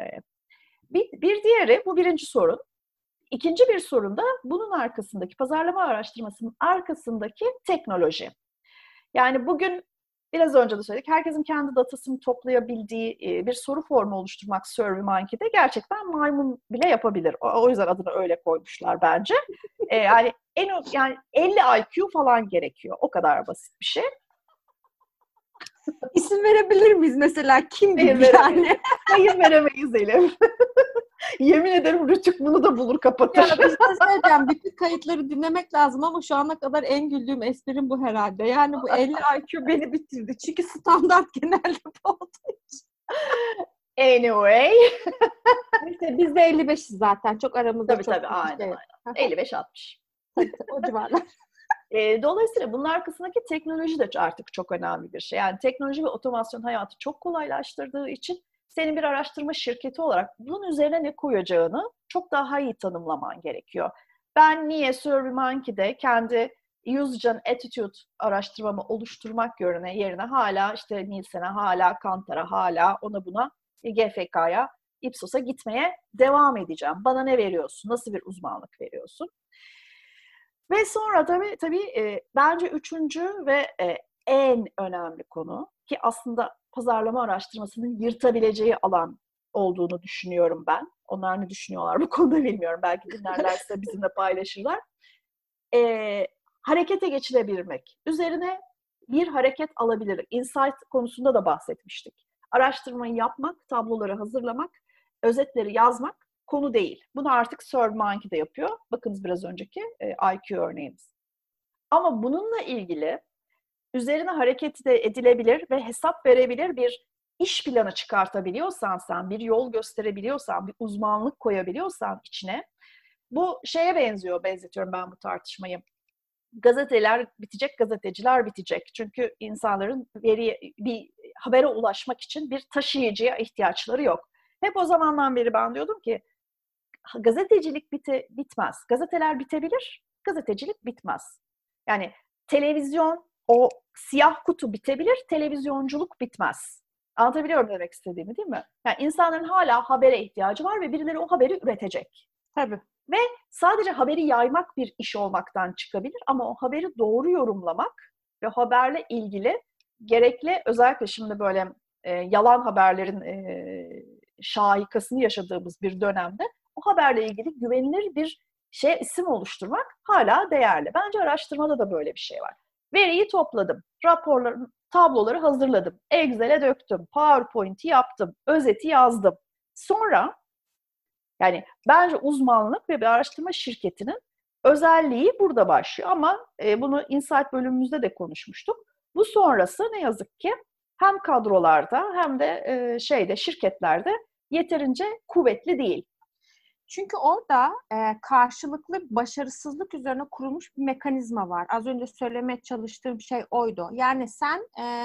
Bir diğeri, bu birinci sorun. İkinci bir sorun da bunun arkasındaki, pazarlama araştırmasının arkasındaki teknoloji. Yani bugün biraz önce de söyledik, herkesin kendi datasını toplayabildiği bir soru formu oluşturmak SurveyMonkey'de gerçekten maymun bile yapabilir. O yüzden adını öyle koymuşlar bence. Yani 50 IQ falan gerekiyor. O kadar basit bir şey. İsim verebilir miyiz mesela? Kim gibi yani? Hayır, veremeyiz Elif. Yemin ederim Rütük bunu da bulur, kapatır. Ya bir şey söyleyeceğim. Bütün kayıtları dinlemek lazım ama şu ana kadar en güldüğüm esprim bu herhalde. Yani bu 50 IQ beni bitirdi. Çünkü standart genelde bu olduğu için. Anyway. İşte biz de 55'iz zaten. Çok aramızda tabii, çok tabii, aynen. 55-60. O civarlar. Dolayısıyla bunun arkasındaki teknoloji de artık çok önemli bir şey. Yani teknoloji ve otomasyon hayatı çok kolaylaştırdığı için senin bir araştırma şirketi olarak bunun üzerine ne koyacağını çok daha iyi tanımlaman gerekiyor. Ben niye SurveyMonkey'de kendi User Attitude araştırmamı oluşturmak yerine hala işte Nielsen'e, hala Kantar'a, hala ona buna, GfK'ya, Ipsos'a gitmeye devam edeceğim. Bana ne veriyorsun? Nasıl bir uzmanlık veriyorsun? Ve sonra tabii bence üçüncü ve en önemli konu, ki aslında pazarlama araştırmasının yırtabileceği alan olduğunu düşünüyorum ben. Onlar ne düşünüyorlar bu konuda bilmiyorum. Belki dinlerlerse bizimle paylaşırlar. Harekete geçilebilmek. Üzerine bir hareket alabilir. Insight konusunda da bahsetmiştik. Araştırmayı yapmak, tabloları hazırlamak, özetleri yazmak konu değil. Bunu artık SurveyMonkey de yapıyor. Bakınız biraz önceki IQ örneğimiz. Ama bununla ilgili üzerine hareket de edilebilir ve hesap verebilir bir iş planı çıkartabiliyorsan sen, bir yol gösterebiliyorsan, bir uzmanlık koyabiliyorsan içine, bu şeye benzetiyorum ben bu tartışmayı. Gazeteler bitecek, gazeteciler bitecek. Çünkü insanların bir habere ulaşmak için bir taşıyıcıya ihtiyaçları yok. Hep o zamandan beri ben diyordum ki gazetecilik bitmez. Gazeteler bitebilir, gazetecilik bitmez. Yani televizyon, o siyah kutu bitebilir, televizyonculuk bitmez. Anlatabiliyorum demek istediğimi, değil mi? Yani insanların hala habere ihtiyacı var ve birileri o haberi üretecek. Tabii. Ve sadece haberi yaymak bir iş olmaktan çıkabilir ama o haberi doğru yorumlamak ve haberle ilgili gerekli, özellikle şimdi böyle yalan haberlerin şahikasını yaşadığımız bir dönemde o haberle ilgili güvenilir bir isim oluşturmak hala değerli. Bence araştırmada da böyle bir şey var. Veriyi topladım, raporları, tabloları hazırladım, Excel'e döktüm, PowerPoint'i yaptım, özeti yazdım. Sonra yani bence uzmanlık ve bir araştırma şirketinin özelliği burada başlıyor. Ama bunu Insight bölümümüzde de konuşmuştuk. Bu sonrası ne yazık ki hem kadrolarda hem de şirketlerde yeterince kuvvetli değil. Çünkü orada karşılıklı başarısızlık üzerine kurulmuş bir mekanizma var. Az önce söylemeye çalıştığım şey oydu. Yani sen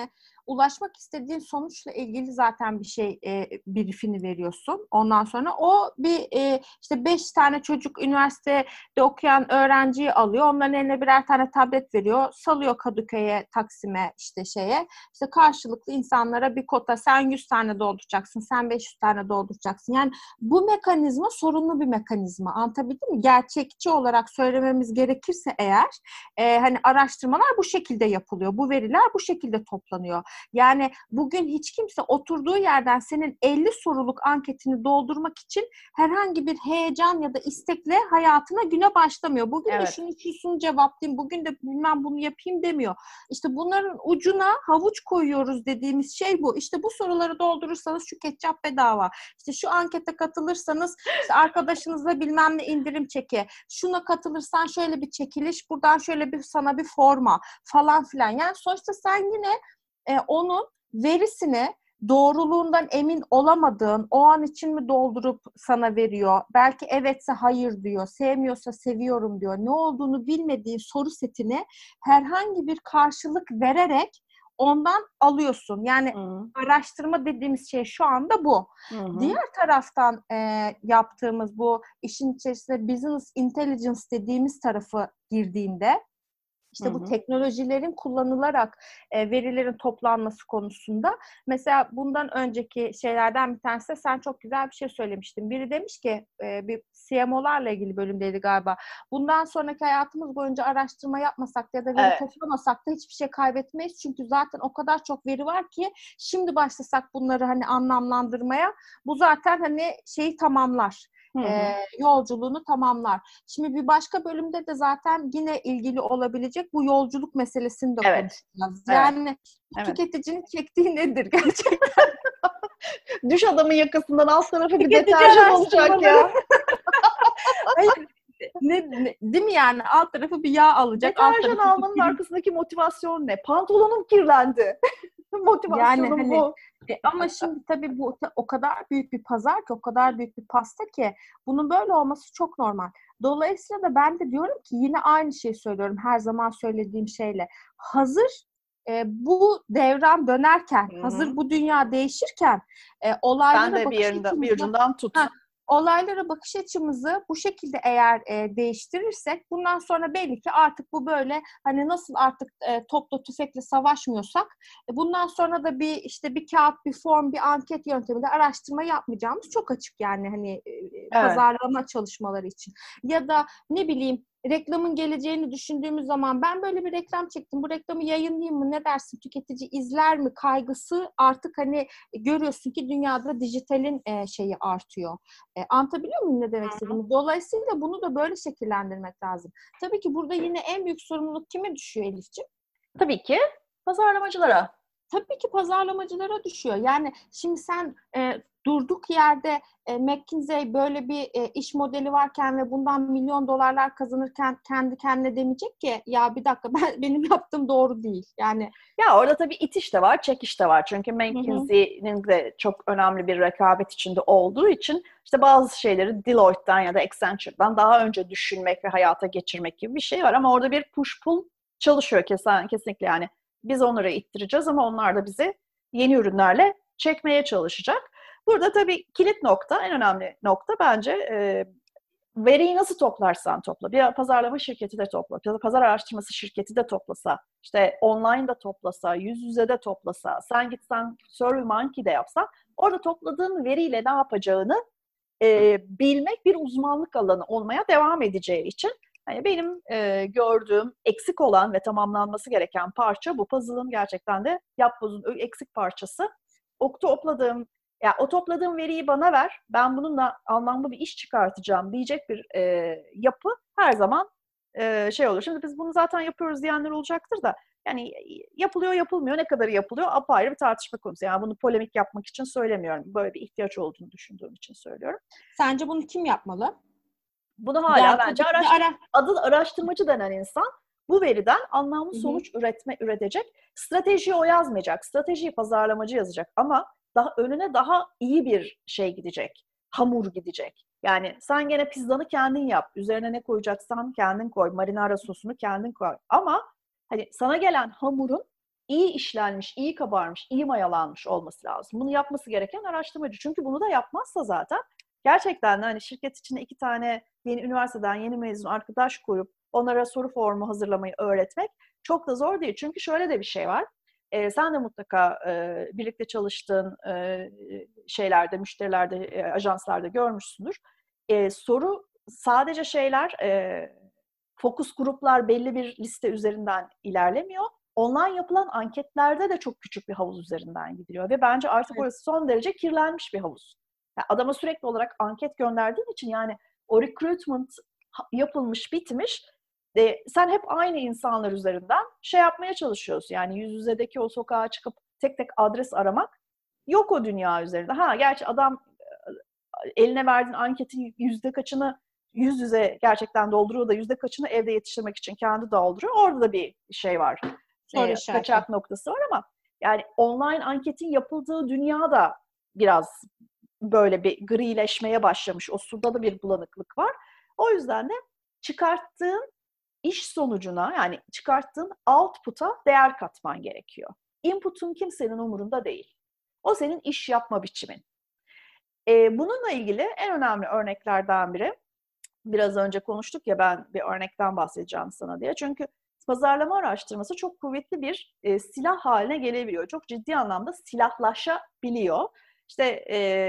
ulaşmak istediğin sonuçla ilgili zaten bir şey briefini veriyorsun. Ondan sonra o bir işte 5 tane çocuk üniversitede okuyan öğrenciyi alıyor. Onların eline birer tane tablet veriyor. Salıyor Kadıköy'e, Taksim'e, işte şeye. İşte karşılıklı insanlara bir kota, sen 100 tane dolduracaksın, sen 500 tane dolduracaksın. Yani bu mekanizma sorunlu bir mekanizma. Anlatabildim mi? Gerçekçi olarak söylememiz gerekirse eğer hani araştırmalar bu şekilde yapılıyor. Bu veriler bu şekilde toplanıyor. Yani bugün hiç kimse oturduğu yerden senin 50 soruluk anketini doldurmak için herhangi bir heyecan ya da istekle hayatına güne başlamıyor. Bugün de şunu cevaplayayım, bugün de bilmem bunu yapayım demiyor. İşte bunların ucuna havuç koyuyoruz dediğimiz şey bu. İşte bu soruları doldurursanız şu ketçap bedava. İşte şu ankete katılırsanız işte arkadaşınızla bilmem ne indirim çeki. Şuna katılırsan şöyle bir çekiliş, buradan şöyle bir sana bir forma falan filan. Yani sonuçta sen yine onun verisini doğruluğundan emin olamadığın, o an için mi doldurup sana veriyor? Belki evetse hayır diyor, sevmiyorsa seviyorum diyor. Ne olduğunu bilmediğin soru setini herhangi bir karşılık vererek ondan alıyorsun. Yani araştırma dediğimiz şey şu anda bu. Diğer taraftan yaptığımız bu işin içerisine business intelligence dediğimiz tarafı girdiğinde, İşte bu teknolojilerin kullanılarak verilerin toplanması konusunda, mesela bundan önceki şeylerden bir tanesi de sen çok güzel bir şey söylemiştin. Biri demiş ki bir CMO'larla ilgili bölümdeydi galiba. Bundan sonraki hayatımız boyunca araştırma yapmasak ya da veri toplamasak da hiçbir şey kaybetmeyiz. Çünkü zaten o kadar çok veri var ki şimdi başlasak bunları hani anlamlandırmaya, bu zaten hani şeyi tamamlar. Yolculuğunu tamamlar. Şimdi bir başka bölümde de zaten yine ilgili olabilecek bu yolculuk meselesini de konuşacağız. Yani tüketicinin çektiği nedir gerçekten? Düş adamın yakasından alt tarafı bir deterjan olacak ya. Hayır. Değil mi yani? Alt tarafı bir yağ alacak. Deterjan almanın arkasındaki motivasyon ne? Pantolonum kirlendi. Motivasyonum yani hani, bu. Ama şimdi tabii bu o kadar büyük bir pazar ki, o kadar büyük bir pasta ki bunun böyle olması çok normal. Dolayısıyla da ben de diyorum ki, yine aynı şeyi söylüyorum her zaman söylediğim şeyle. Hazır bu devran dönerken, hazır bu dünya değişirken Sen olaylara de bakış bir ucundan tut. Olaylara bakış açımızı bu şekilde eğer değiştirirsek bundan sonra belli ki artık bu böyle hani nasıl artık topla tüfekle savaşmıyorsak bundan sonra da bir kağıt, bir form, bir anket yöntemiyle araştırma yapmayacağımız çok açık yani hani pazarlama çalışmaları için. Ya da ne bileyim reklamın geleceğini düşündüğümüz zaman ben böyle bir reklam çektim. Bu reklamı yayınlayayım mı? Ne dersin? Tüketici izler mi? Kaygısı artık hani görüyorsun ki dünyada dijitalin şeyi artıyor. Anlatabiliyor muyum ne demek istediğimi? Dolayısıyla bunu da böyle şekillendirmek lazım. Tabii ki burada yine en büyük sorumluluk kime düşüyor Elifciğim? Tabii ki pazarlamacılara. Tabii ki pazarlamacılara düşüyor. Yani şimdi sen durduk yerde McKinsey böyle bir iş modeli varken ve bundan milyon dolarlar kazanırken kendi kendine demeyecek ki ya bir dakika benim yaptığım doğru değil. Yani ya orada tabii itiş de var, çekiş de var. Çünkü McKinsey'nin de çok önemli bir rekabet içinde olduğu için işte bazı şeyleri Deloitte'dan ya da Accenture'dan daha önce düşünmek ve hayata geçirmek gibi bir şey var. Ama orada bir push-pull çalışıyor kesinlikle yani. Biz onları ittireceğiz ama onlar da bizi yeni ürünlerle çekmeye çalışacak. Burada tabii kilit nokta, en önemli nokta bence veriyi nasıl toplarsan topla. Bir pazarlama şirketi de topla, bir pazar araştırması şirketi de toplasa, işte online da toplasa, yüz yüze de toplasa, sen gitsen SurveyMonkey'de yapsan, orada topladığın veriyle ne yapacağını bilmek bir uzmanlık alanı olmaya devam edeceği için hani benim gördüğüm eksik olan ve tamamlanması gereken parça bu puzzle'ın gerçekten de yapbozun eksik parçası. O topladığım veriyi bana ver, ben bununla anlamlı bir iş çıkartacağım diyecek bir yapı her zaman şey olur. Şimdi biz bunu zaten yapıyoruz diyenler olacaktır da yani yapılıyor yapılmıyor, ne kadar yapılıyor apayrı bir tartışma konusu. Yani bunu polemik yapmak için söylemiyorum. Böyle bir ihtiyaç olduğunu düşündüğüm için söylüyorum. sence bunu kim yapmalı? Bunu hala bence adı araştırmacı denen insan bu veriden anlamlı sonuç üretecek. Stratejiyi o yazmayacak. Stratejiyi pazarlamacı yazacak ama daha önüne daha iyi bir şey gidecek. Hamur gidecek. Yani sen gene pizzanı kendin yap. Üzerine ne koyacaksan kendin koy. Marinara sosunu kendin koy. Ama hani sana gelen hamurun iyi işlenmiş, iyi kabarmış, iyi mayalanmış olması lazım. Bunu yapması gereken araştırmacı. Çünkü bunu da yapmazsa zaten gerçekten de hani şirket içinde 2 tane üniversiteden yeni mezun arkadaş koyup onlara soru formu hazırlamayı öğretmek çok da zor değil. Çünkü şöyle de bir şey var. Sen de mutlaka birlikte çalıştığın şeylerde, müşterilerde, ajanslarda görmüşsündür. Soru sadece fokus gruplar belli bir liste üzerinden ilerlemiyor. Online yapılan anketlerde de çok küçük bir havuz üzerinden gidiliyor ve bence artık orası son derece kirlenmiş bir havuz. Yani adama sürekli olarak anket gönderdiğin için yani o recruitment yapılmış, bitmiş. Sen hep aynı insanlar üzerinden yapmaya çalışıyorsun. Yani yüz yüzedeki o sokağa çıkıp tek tek adres aramak yok o dünya üzerinde. Gerçi adam eline verdiğin anketin yüzde kaçını yüz yüze gerçekten dolduruyor da yüzde kaçını evde yetiştirmek için kendi dolduruyor. Orada da bir şey var. Kaçak noktası var ama yani online anketin yapıldığı dünyada biraz böyle bir grileşmeye başlamış. O suda da bir bulanıklık var. O yüzden de çıkarttığın iş sonucuna yani çıkarttığın output'a değer katman gerekiyor. Input'un kimsenin umurunda değil. O senin iş yapma biçimin. Bununla ilgili en önemli örneklerden biri, biraz önce konuştuk ya ben bir örnekten bahsedeceğim sana diye. Çünkü pazarlama araştırması çok kuvvetli bir silah haline gelebiliyor. Çok ciddi anlamda silahlaşabiliyor. İşte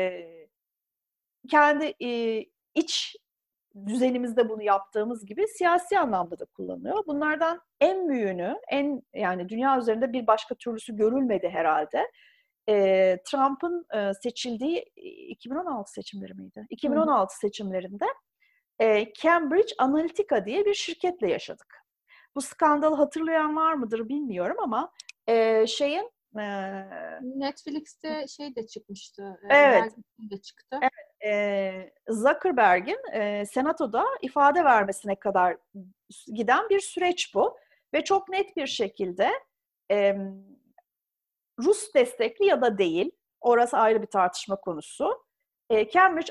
kendi iç düzenimizde bunu yaptığımız gibi siyasi anlamda da kullanılıyor. Bunlardan en büyüğünü, yani dünya üzerinde bir başka türlüsü görülmedi herhalde. Trump'ın seçildiği 2016 seçimleri miydi? 2016 seçimlerinde Cambridge Analytica diye bir şirketle yaşadık. Bu skandalı hatırlayan var mıdır bilmiyorum ama Netflix'te de çıkmıştı. Evet. De çıktı. Evet. Zuckerberg'in senatoda ifade vermesine kadar giden bir süreç bu. Ve çok net bir şekilde Rus destekli ya da değil, orası ayrı bir tartışma konusu. Cambridge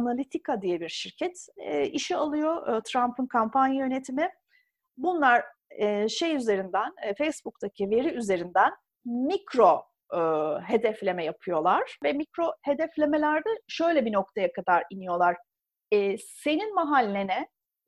Analytica diye bir şirket işe alıyor Trump'ın kampanya yönetimi. Bunlar şey üzerinden, Facebook'taki veri üzerinden mikro hedefleme yapıyorlar ve mikro hedeflemelerde şöyle bir noktaya kadar iniyorlar. Senin mahallene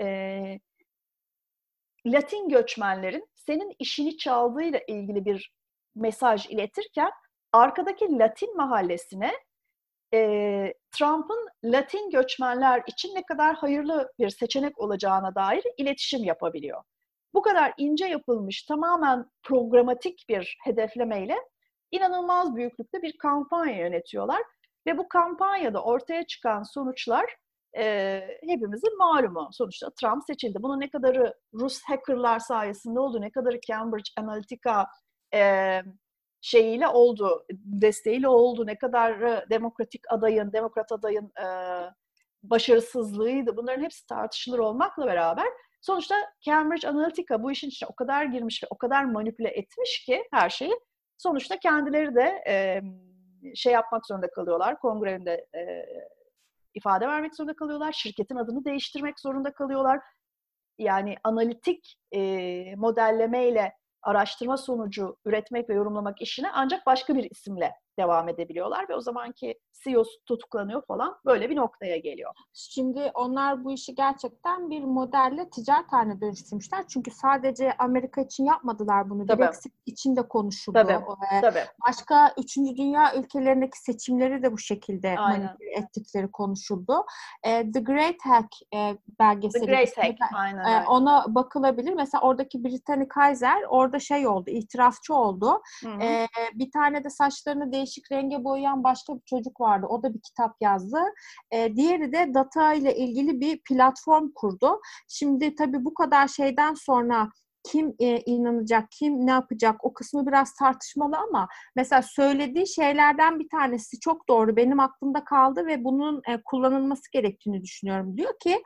Latin göçmenlerin senin işini çaldığıyla ilgili bir mesaj iletirken arkadaki Latin mahallesine Trump'ın Latin göçmenler için ne kadar hayırlı bir seçenek olacağına dair iletişim yapabiliyor. Bu kadar ince yapılmış, tamamen programatik bir hedeflemeyle inanılmaz büyüklükte bir kampanya yönetiyorlar. Ve bu kampanyada ortaya çıkan sonuçlar hepimizin malumu. Sonuçta Trump seçildi. Bunun ne kadarı Rus hackerlar sayesinde oldu, ne kadarı Cambridge Analytica şeyiyle oldu, desteğiyle oldu, ne kadar demokrat adayın başarısızlığıydı. Bunların hepsi tartışılır olmakla beraber sonuçta Cambridge Analytica bu işin içine o kadar girmiş ve o kadar manipüle etmiş ki her şeyi. Sonuçta kendileri de şey yapmak zorunda kalıyorlar, kongrede ifade vermek zorunda kalıyorlar, şirketin adını değiştirmek zorunda kalıyorlar. Yani analitik modellemeyle araştırma sonucu üretmek ve yorumlamak işine ancak başka bir isimle devam edebiliyorlar ve o zamanki CEO'su tutuklanıyor falan, böyle bir noktaya geliyor. Şimdi onlar bu işi gerçekten bir modelle ticaret haline dönüştürmüşler. Çünkü sadece Amerika için yapmadılar bunu. Tabii. Brexit için de konuşuldu. Tabii. Başka 3. dünya ülkelerindeki seçimleri de bu şekilde manipüle ettikleri konuşuldu. The Great Hack belgeseli. The Great Hack, aynen. Ona bakılabilir. Mesela oradaki Brittany Kaiser orada şey oldu, itirafçı oldu. Bir tane de saçlarını değişik renge boyayan başka bir çocuk vardı. O da bir kitap yazdı. Diğeri de data ile ilgili bir platform kurdu. Şimdi tabii bu kadar şeyden sonra kim inanacak, kim ne yapacak, o kısmı biraz tartışmalı ama mesela söylediği şeylerden bir tanesi çok doğru. Benim aklımda kaldı ve bunun kullanılması gerektiğini düşünüyorum. Diyor ki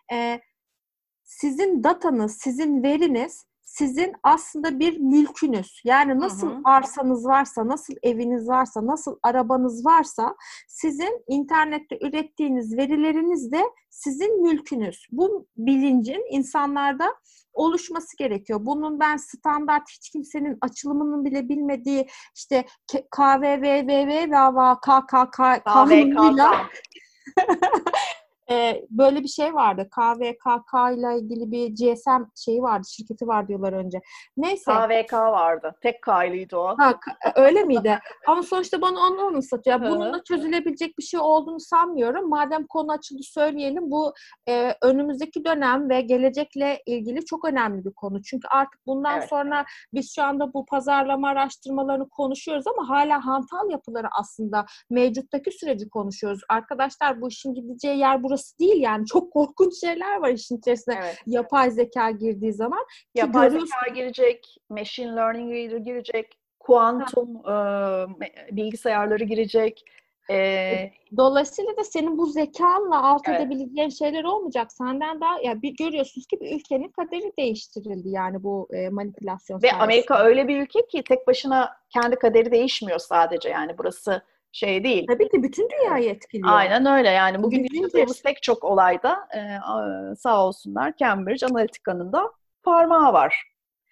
sizin datanız, sizin veriniz sizin aslında bir mülkünüz. Yani nasıl arsanız varsa, nasıl eviniz varsa, nasıl arabanız varsa sizin internette ürettiğiniz verileriniz de sizin mülkünüz. Bu bilincin insanlarda oluşması gerekiyor. Bunun ben standart hiç kimsenin açılımının bile bilmediği işte KVVVV kanunuyla böyle bir şey vardı. KVKK ile ilgili bir GSM şeyi vardı, şirketi vardı yıllar önce. Neyse. KVK vardı. Tek K'lıydı o. Öyle miydi? Ama sonuçta bana onu anımsatıyor. Bununla çözülebilecek bir şey olduğunu sanmıyorum. Madem konu açıldı söyleyelim. Bu önümüzdeki dönem ve gelecekle ilgili çok önemli bir konu. Çünkü artık bundan sonra biz şu anda bu pazarlama araştırmalarını konuşuyoruz ama hala hantal yapıları aslında mevcuttaki süreci konuşuyoruz. Arkadaşlar bu işin gideceği yer burası değil yani. Çok korkunç şeyler var işin içerisinde. Yapay zeka girdiği zaman. Yapay zeka girecek, machine learning girecek, kuantum bilgisayarları girecek. Dolayısıyla da senin bu zekanla alt edebileceğin şeyler olmayacak. Senden daha görüyorsunuz ki bir ülkenin kaderi değiştirildi yani bu manipülasyon sayesinde. Ve Amerika öyle bir ülke ki tek başına kendi kaderi değişmiyor sadece yani burası şey değil. Tabii ki bütün dünyayı etkiliyor. Aynen öyle yani. Bugün yaşadığımız pek çok olayda sağ olsunlar Cambridge Analytica'nın da parmağı var.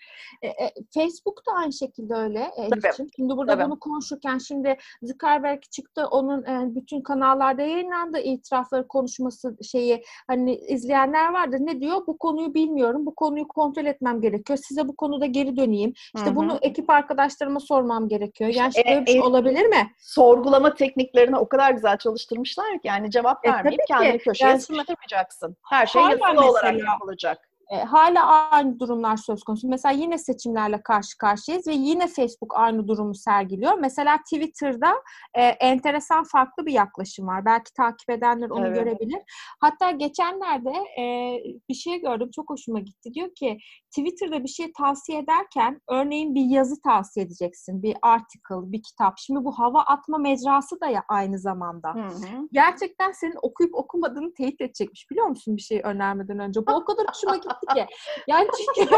Facebook da aynı şekilde öyle. Şimdi burada bunu konuşurken şimdi Zuckerberg çıktı. Onun bütün kanallarda yayınlandı. İtirafları konuşması şeyi hani izleyenler vardır. Ne diyor? Bu konuyu bilmiyorum. Bu konuyu kontrol etmem gerekiyor. Size bu konuda geri döneyim. İşte bunu ekip arkadaşlarıma sormam gerekiyor. Yani böyle bir şey olabilir mi? Sorgulama tekniklerini o kadar güzel çalıştırmışlar ki yani cevap vermeyip kendini köşeye sıkıştırmayacaksın. Her şey yazılı olarak yapılacak. Hala aynı durumlar söz konusu. Mesela yine seçimlerle karşı karşıyayız ve yine Facebook aynı durumu sergiliyor. Mesela Twitter'da enteresan farklı bir yaklaşım var. Belki takip edenler onu görebilir. Hatta geçenlerde bir şey gördüm. Çok hoşuma gitti. Diyor ki Twitter'da bir şey tavsiye ederken örneğin bir yazı tavsiye edeceksin. Bir article, bir kitap. Şimdi bu hava atma mecrası da ya aynı zamanda. Gerçekten senin okuyup okumadığını teyit edecekmiş. Biliyor musun bir şey önermeden önce? Bu o kadar hoşuma gitti ki. Yani çünkü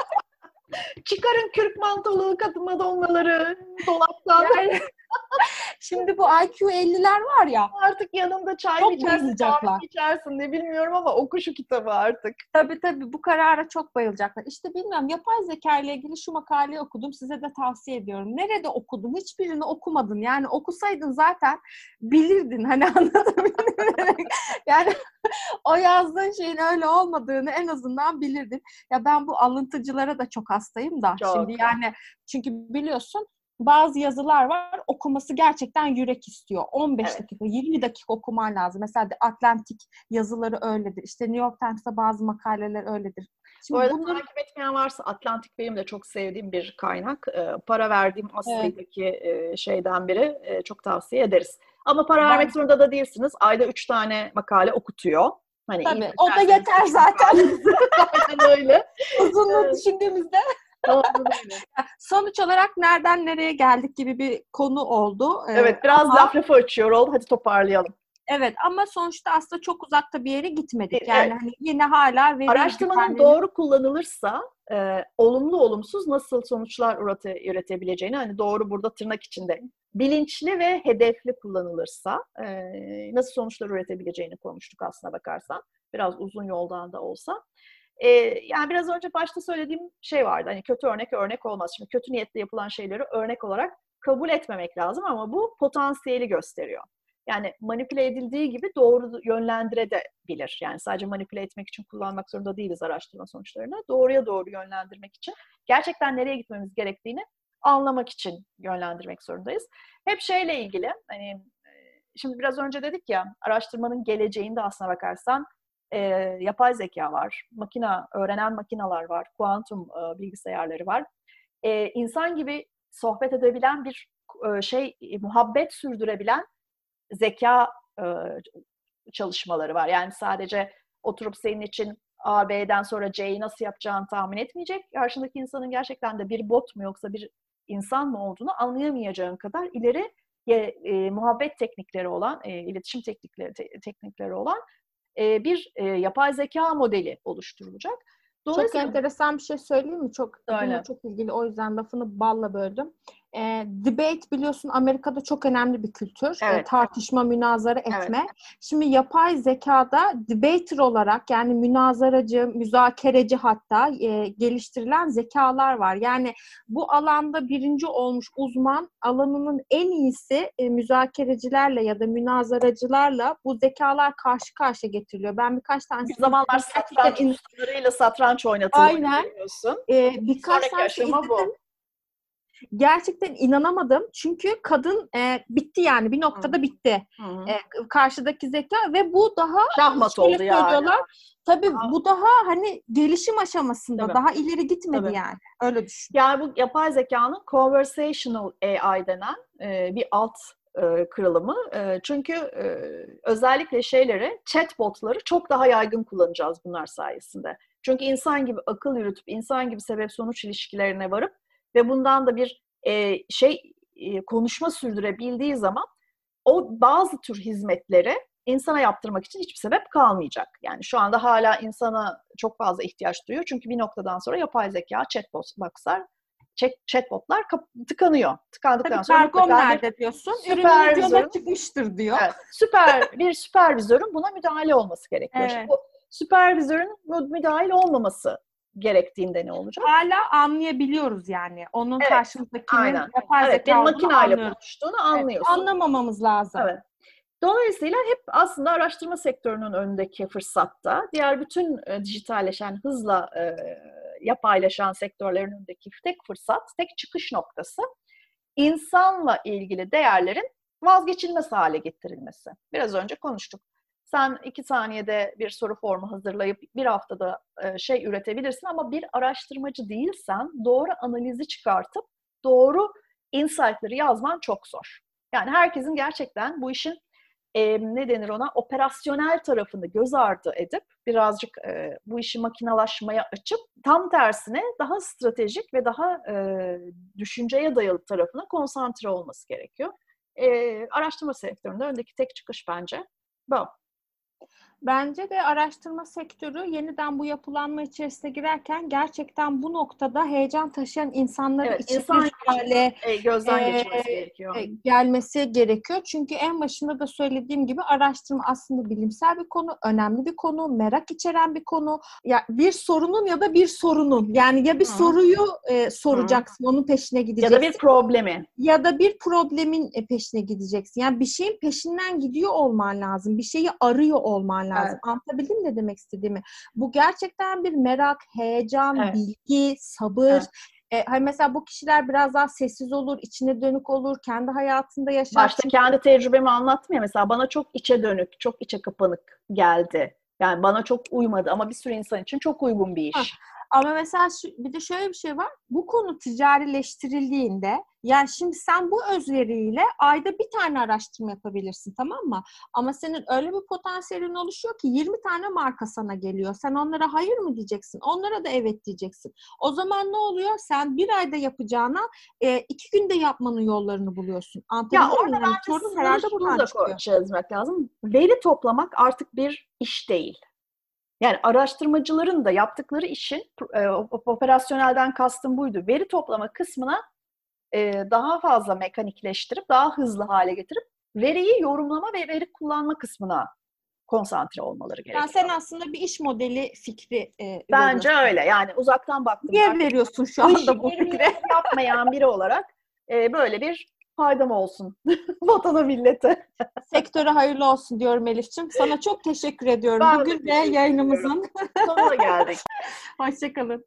çıkarın kürk mantolu kadın madonnaları dolaptan. Şimdi bu IQ 50'ler var ya. Artık yanında çay Çok mı içersin, kahve bayılacaklar. mi içersin ne bilmiyorum ama oku şu kitabı artık. Tabii bu karara çok bayılacaklar. İşte bilmiyorum, yapay zeka ile ilgili şu makaleyi okudum. Size de tavsiye ediyorum. Nerede okudun? Hiçbirini okumadın. Yani okusaydın zaten bilirdin. Hani anlatabildim mi? Yani o yazdığın şeyin öyle olmadığını en azından bilirdin. Ya ben bu alıntıcılara da çok hastayım da. Çok. Şimdi yani çünkü biliyorsun bazı yazılar var, okuması gerçekten yürek istiyor. 15 Evet. dakika, 20 dakika okuman lazım. Mesela The Atlantic yazıları öyledir. İşte New York Times'ta bazı makaleler öyledir. Bu Şimdi arada bunları... takip etmeyen varsa Atlantic benim de çok sevdiğim bir kaynak. Para verdiğim Evet, Aslı'daki şeyden biri çok tavsiye ederiz. Ama para vermek ben zorunda da değilsiniz. Ayda 3 tane makale okutuyor. Hani iyi tabii o da seçerseniz yeter üç zaten. makalenizi. Aynen öyle. Uzunluğu Evet, düşündüğümüzde. aynen öyle. Sonuç olarak nereden nereye geldik gibi bir konu oldu. Evet, biraz Ama lafı açıyor oldu. Hadi toparlayalım. evet, ama sonuçta aslında çok uzakta bir yere gitmedik. Yani Evet. hani yine hala veri Araştırmanın güvenliğinin... doğru kullanılırsa olumlu olumsuz nasıl sonuçlar üretebileceğini, hani doğru burada tırnak içinde bilinçli ve hedefli kullanılırsa nasıl sonuçlar üretebileceğini konuştuk aslına bakarsan. Biraz uzun yoldan da olsa. Yani biraz önce başta söylediğim şey vardı. Hani kötü örnek olmaz. Şimdi kötü niyetle yapılan şeyleri örnek olarak kabul etmemek lazım ama bu potansiyeli gösteriyor. Yani manipüle edildiği gibi doğru yönlendirebilir. Yani sadece manipüle etmek için kullanmak zorunda değiliz araştırma sonuçlarını. Doğruya doğru yönlendirmek için, gerçekten nereye gitmemiz gerektiğini anlamak için yönlendirmek zorundayız. Hep şeyle ilgili, hani şimdi biraz önce dedik ya, araştırmanın geleceğinde aslına bakarsan yapay zeka var, öğrenen makineler var, kuantum bilgisayarları var. İnsan gibi sohbet edebilen bir muhabbet sürdürebilen zeka çalışmaları var. Yani sadece oturup senin için A, B'den sonra C'yi nasıl yapacağını tahmin etmeyecek. Karşındaki insanın gerçekten de bir bot mu yoksa bir insan mı olduğunu anlayamayacağın kadar ileri muhabbet teknikleri olan, iletişim teknikleri olan bir yapay zeka modeli oluşturulacak. Çok Dolayısıyla enteresan bir şey söyleyeyim mi? Bununla öyle. çok ilgili, o yüzden lafını balla böldüm. Debate biliyorsun Amerika'da çok önemli bir kültür. Evet. Tartışma, münazara Evet. etme. Şimdi yapay zekada debater olarak, yani münazaracı, müzakereci hatta geliştirilen zekalar var. Yani bu alanda birinci olmuş uzman, alanının en iyisi müzakerecilerle ya da münazaracılarla bu zekalar karşı karşıya getiriliyor. Ben birkaç Bir tanesini zamanlar gerçekten satranç ustalarıyla satranç oynatılıyor aynen. biliyorsun. Birkaç Sonraki tanesi aşama izledim. bu. Gerçekten inanamadım. Çünkü kadın bitti yani. Bir noktada bitti. Hı. Karşıdaki zeka ve bu daha Şahmat şöyle oldu yani. söylüyorlar. Tabii Daha, bu daha hani gelişim aşamasında. tabii. Daha ileri gitmedi Tabii. yani. Öyle düşün. Yani bu yapay zekanın conversational AI denen bir alt kırılımı. Çünkü özellikle chatbotları çok daha yaygın kullanacağız bunlar sayesinde. Çünkü insan gibi akıl yürütüp, insan gibi sebep-sonuç ilişkilerine varıp ve bundan da bir konuşma sürdürebildiği zaman o bazı tür hizmetleri insana yaptırmak için hiçbir sebep kalmayacak. Yani şu anda hala insana çok fazla ihtiyaç duyuyor. Çünkü bir noktadan sonra yapay zeka, chatbotlar tıkanıyor. Tıkandıktan Tabii sonra kargom mutlaka nerede diyorsun? Ürününüz yola çıkmıştır diyor. evet, bir süpervizörün buna müdahale olması gerekiyor. Evet. Şimdi bu süpervizörün müdahil olmaması gerektiğinde ne olacak? Hala anlayabiliyoruz yani. Onun Evet, karşımızdakinin aynen. yapay Evet, bir zeka olduğunu makineyle anlıyoruz. konuştuğunu anlıyorsun. Evet, anlamamamız lazım. Evet. Dolayısıyla hep aslında araştırma sektörünün önündeki fırsatta, diğer bütün dijitalleşen, hızla yapaylaşan sektörlerin önündeki tek fırsat, tek çıkış noktası insanla ilgili değerlerin vazgeçilmez hale getirilmesi. Biraz önce konuştuk. Sen 2 saniyede bir soru formu hazırlayıp bir haftada üretebilirsin ama bir araştırmacı değilsen doğru analizi çıkartıp doğru insight'ları yazman çok zor. Yani herkesin gerçekten bu işin operasyonel tarafını göz ardı edip birazcık bu işi makinalaşmaya açıp tam tersine daha stratejik ve daha düşünceye dayalı tarafına konsantre olması gerekiyor. Araştırma sektöründe öndeki tek çıkış bence bu. Bence de araştırma sektörü yeniden bu yapılanma içerisine girerken gerçekten bu noktada heyecan taşıyan insanları Evet, içi insan bir hale gözden geçirmesi gerekiyor. gelmesi gerekiyor. Çünkü en başında da söylediğim gibi araştırma aslında bilimsel bir konu, önemli bir konu, merak içeren bir konu. Ya bir sorunun ya da bir sorunun, yani ya bir Hı. soruyu Hı. soracaksın, onun peşine Ya da gideceksin. bir problemi. Ya da bir problemin peşine gideceksin. Yani bir şeyin peşinden gidiyor olman lazım. Bir şeyi arıyor olman lazım. Evet. Anlatabildim mi ne demek istediğimi? Bu gerçekten bir merak, heyecan, Evet. bilgi, sabır. Evet. Hani mesela bu kişiler biraz daha sessiz olur, içine dönük olur, kendi hayatında yaşar. Başta kendi tecrübemi anlattım ya, mesela bana çok içe dönük, çok içe kapanık geldi. Yani bana çok uymadı ama bir sürü insan için çok uygun bir iş. Ama mesela bir de şöyle bir şey var. Bu konu ticarileştirildiğinde, yani şimdi sen bu özveriyle ayda bir tane araştırma yapabilirsin, tamam mı? Ama senin öyle bir potansiyelin oluşuyor ki 20 tane marka sana geliyor. Sen onlara hayır mı diyeceksin? Onlara da evet diyeceksin. O zaman ne oluyor? Sen bir ayda yapacağına 2 günde yapmanın yollarını buluyorsun. Ya Anlatabildim mi? orada Yani bence sorun sınırı herhalde buradan şurada çıkıyor. çözmek lazım. Veri toplamak artık bir iş değil. Yani araştırmacıların da yaptıkları işin operasyonelden kastım buydu. Veri toplama kısmına daha fazla mekanikleştirip, daha hızlı hale getirip veriyi yorumlama ve veri kullanma kısmına konsantre olmaları Yani sen gerekiyor. aslında bir iş modeli fikri Bence veriyorsun. öyle. Yani uzaktan baktığımda Niye artık veriyorsun şu bu işi anda bu 20 fikri? yıldır yapmayan biri olarak böyle bir faydam olsun vatana millete. Sektöre hayırlı olsun diyorum Elif'ciğim. Sana çok teşekkür ediyorum. Ben de Bugün de teşekkür ediyorum. yayınımızın Sonuna geldik. hoşça kalın.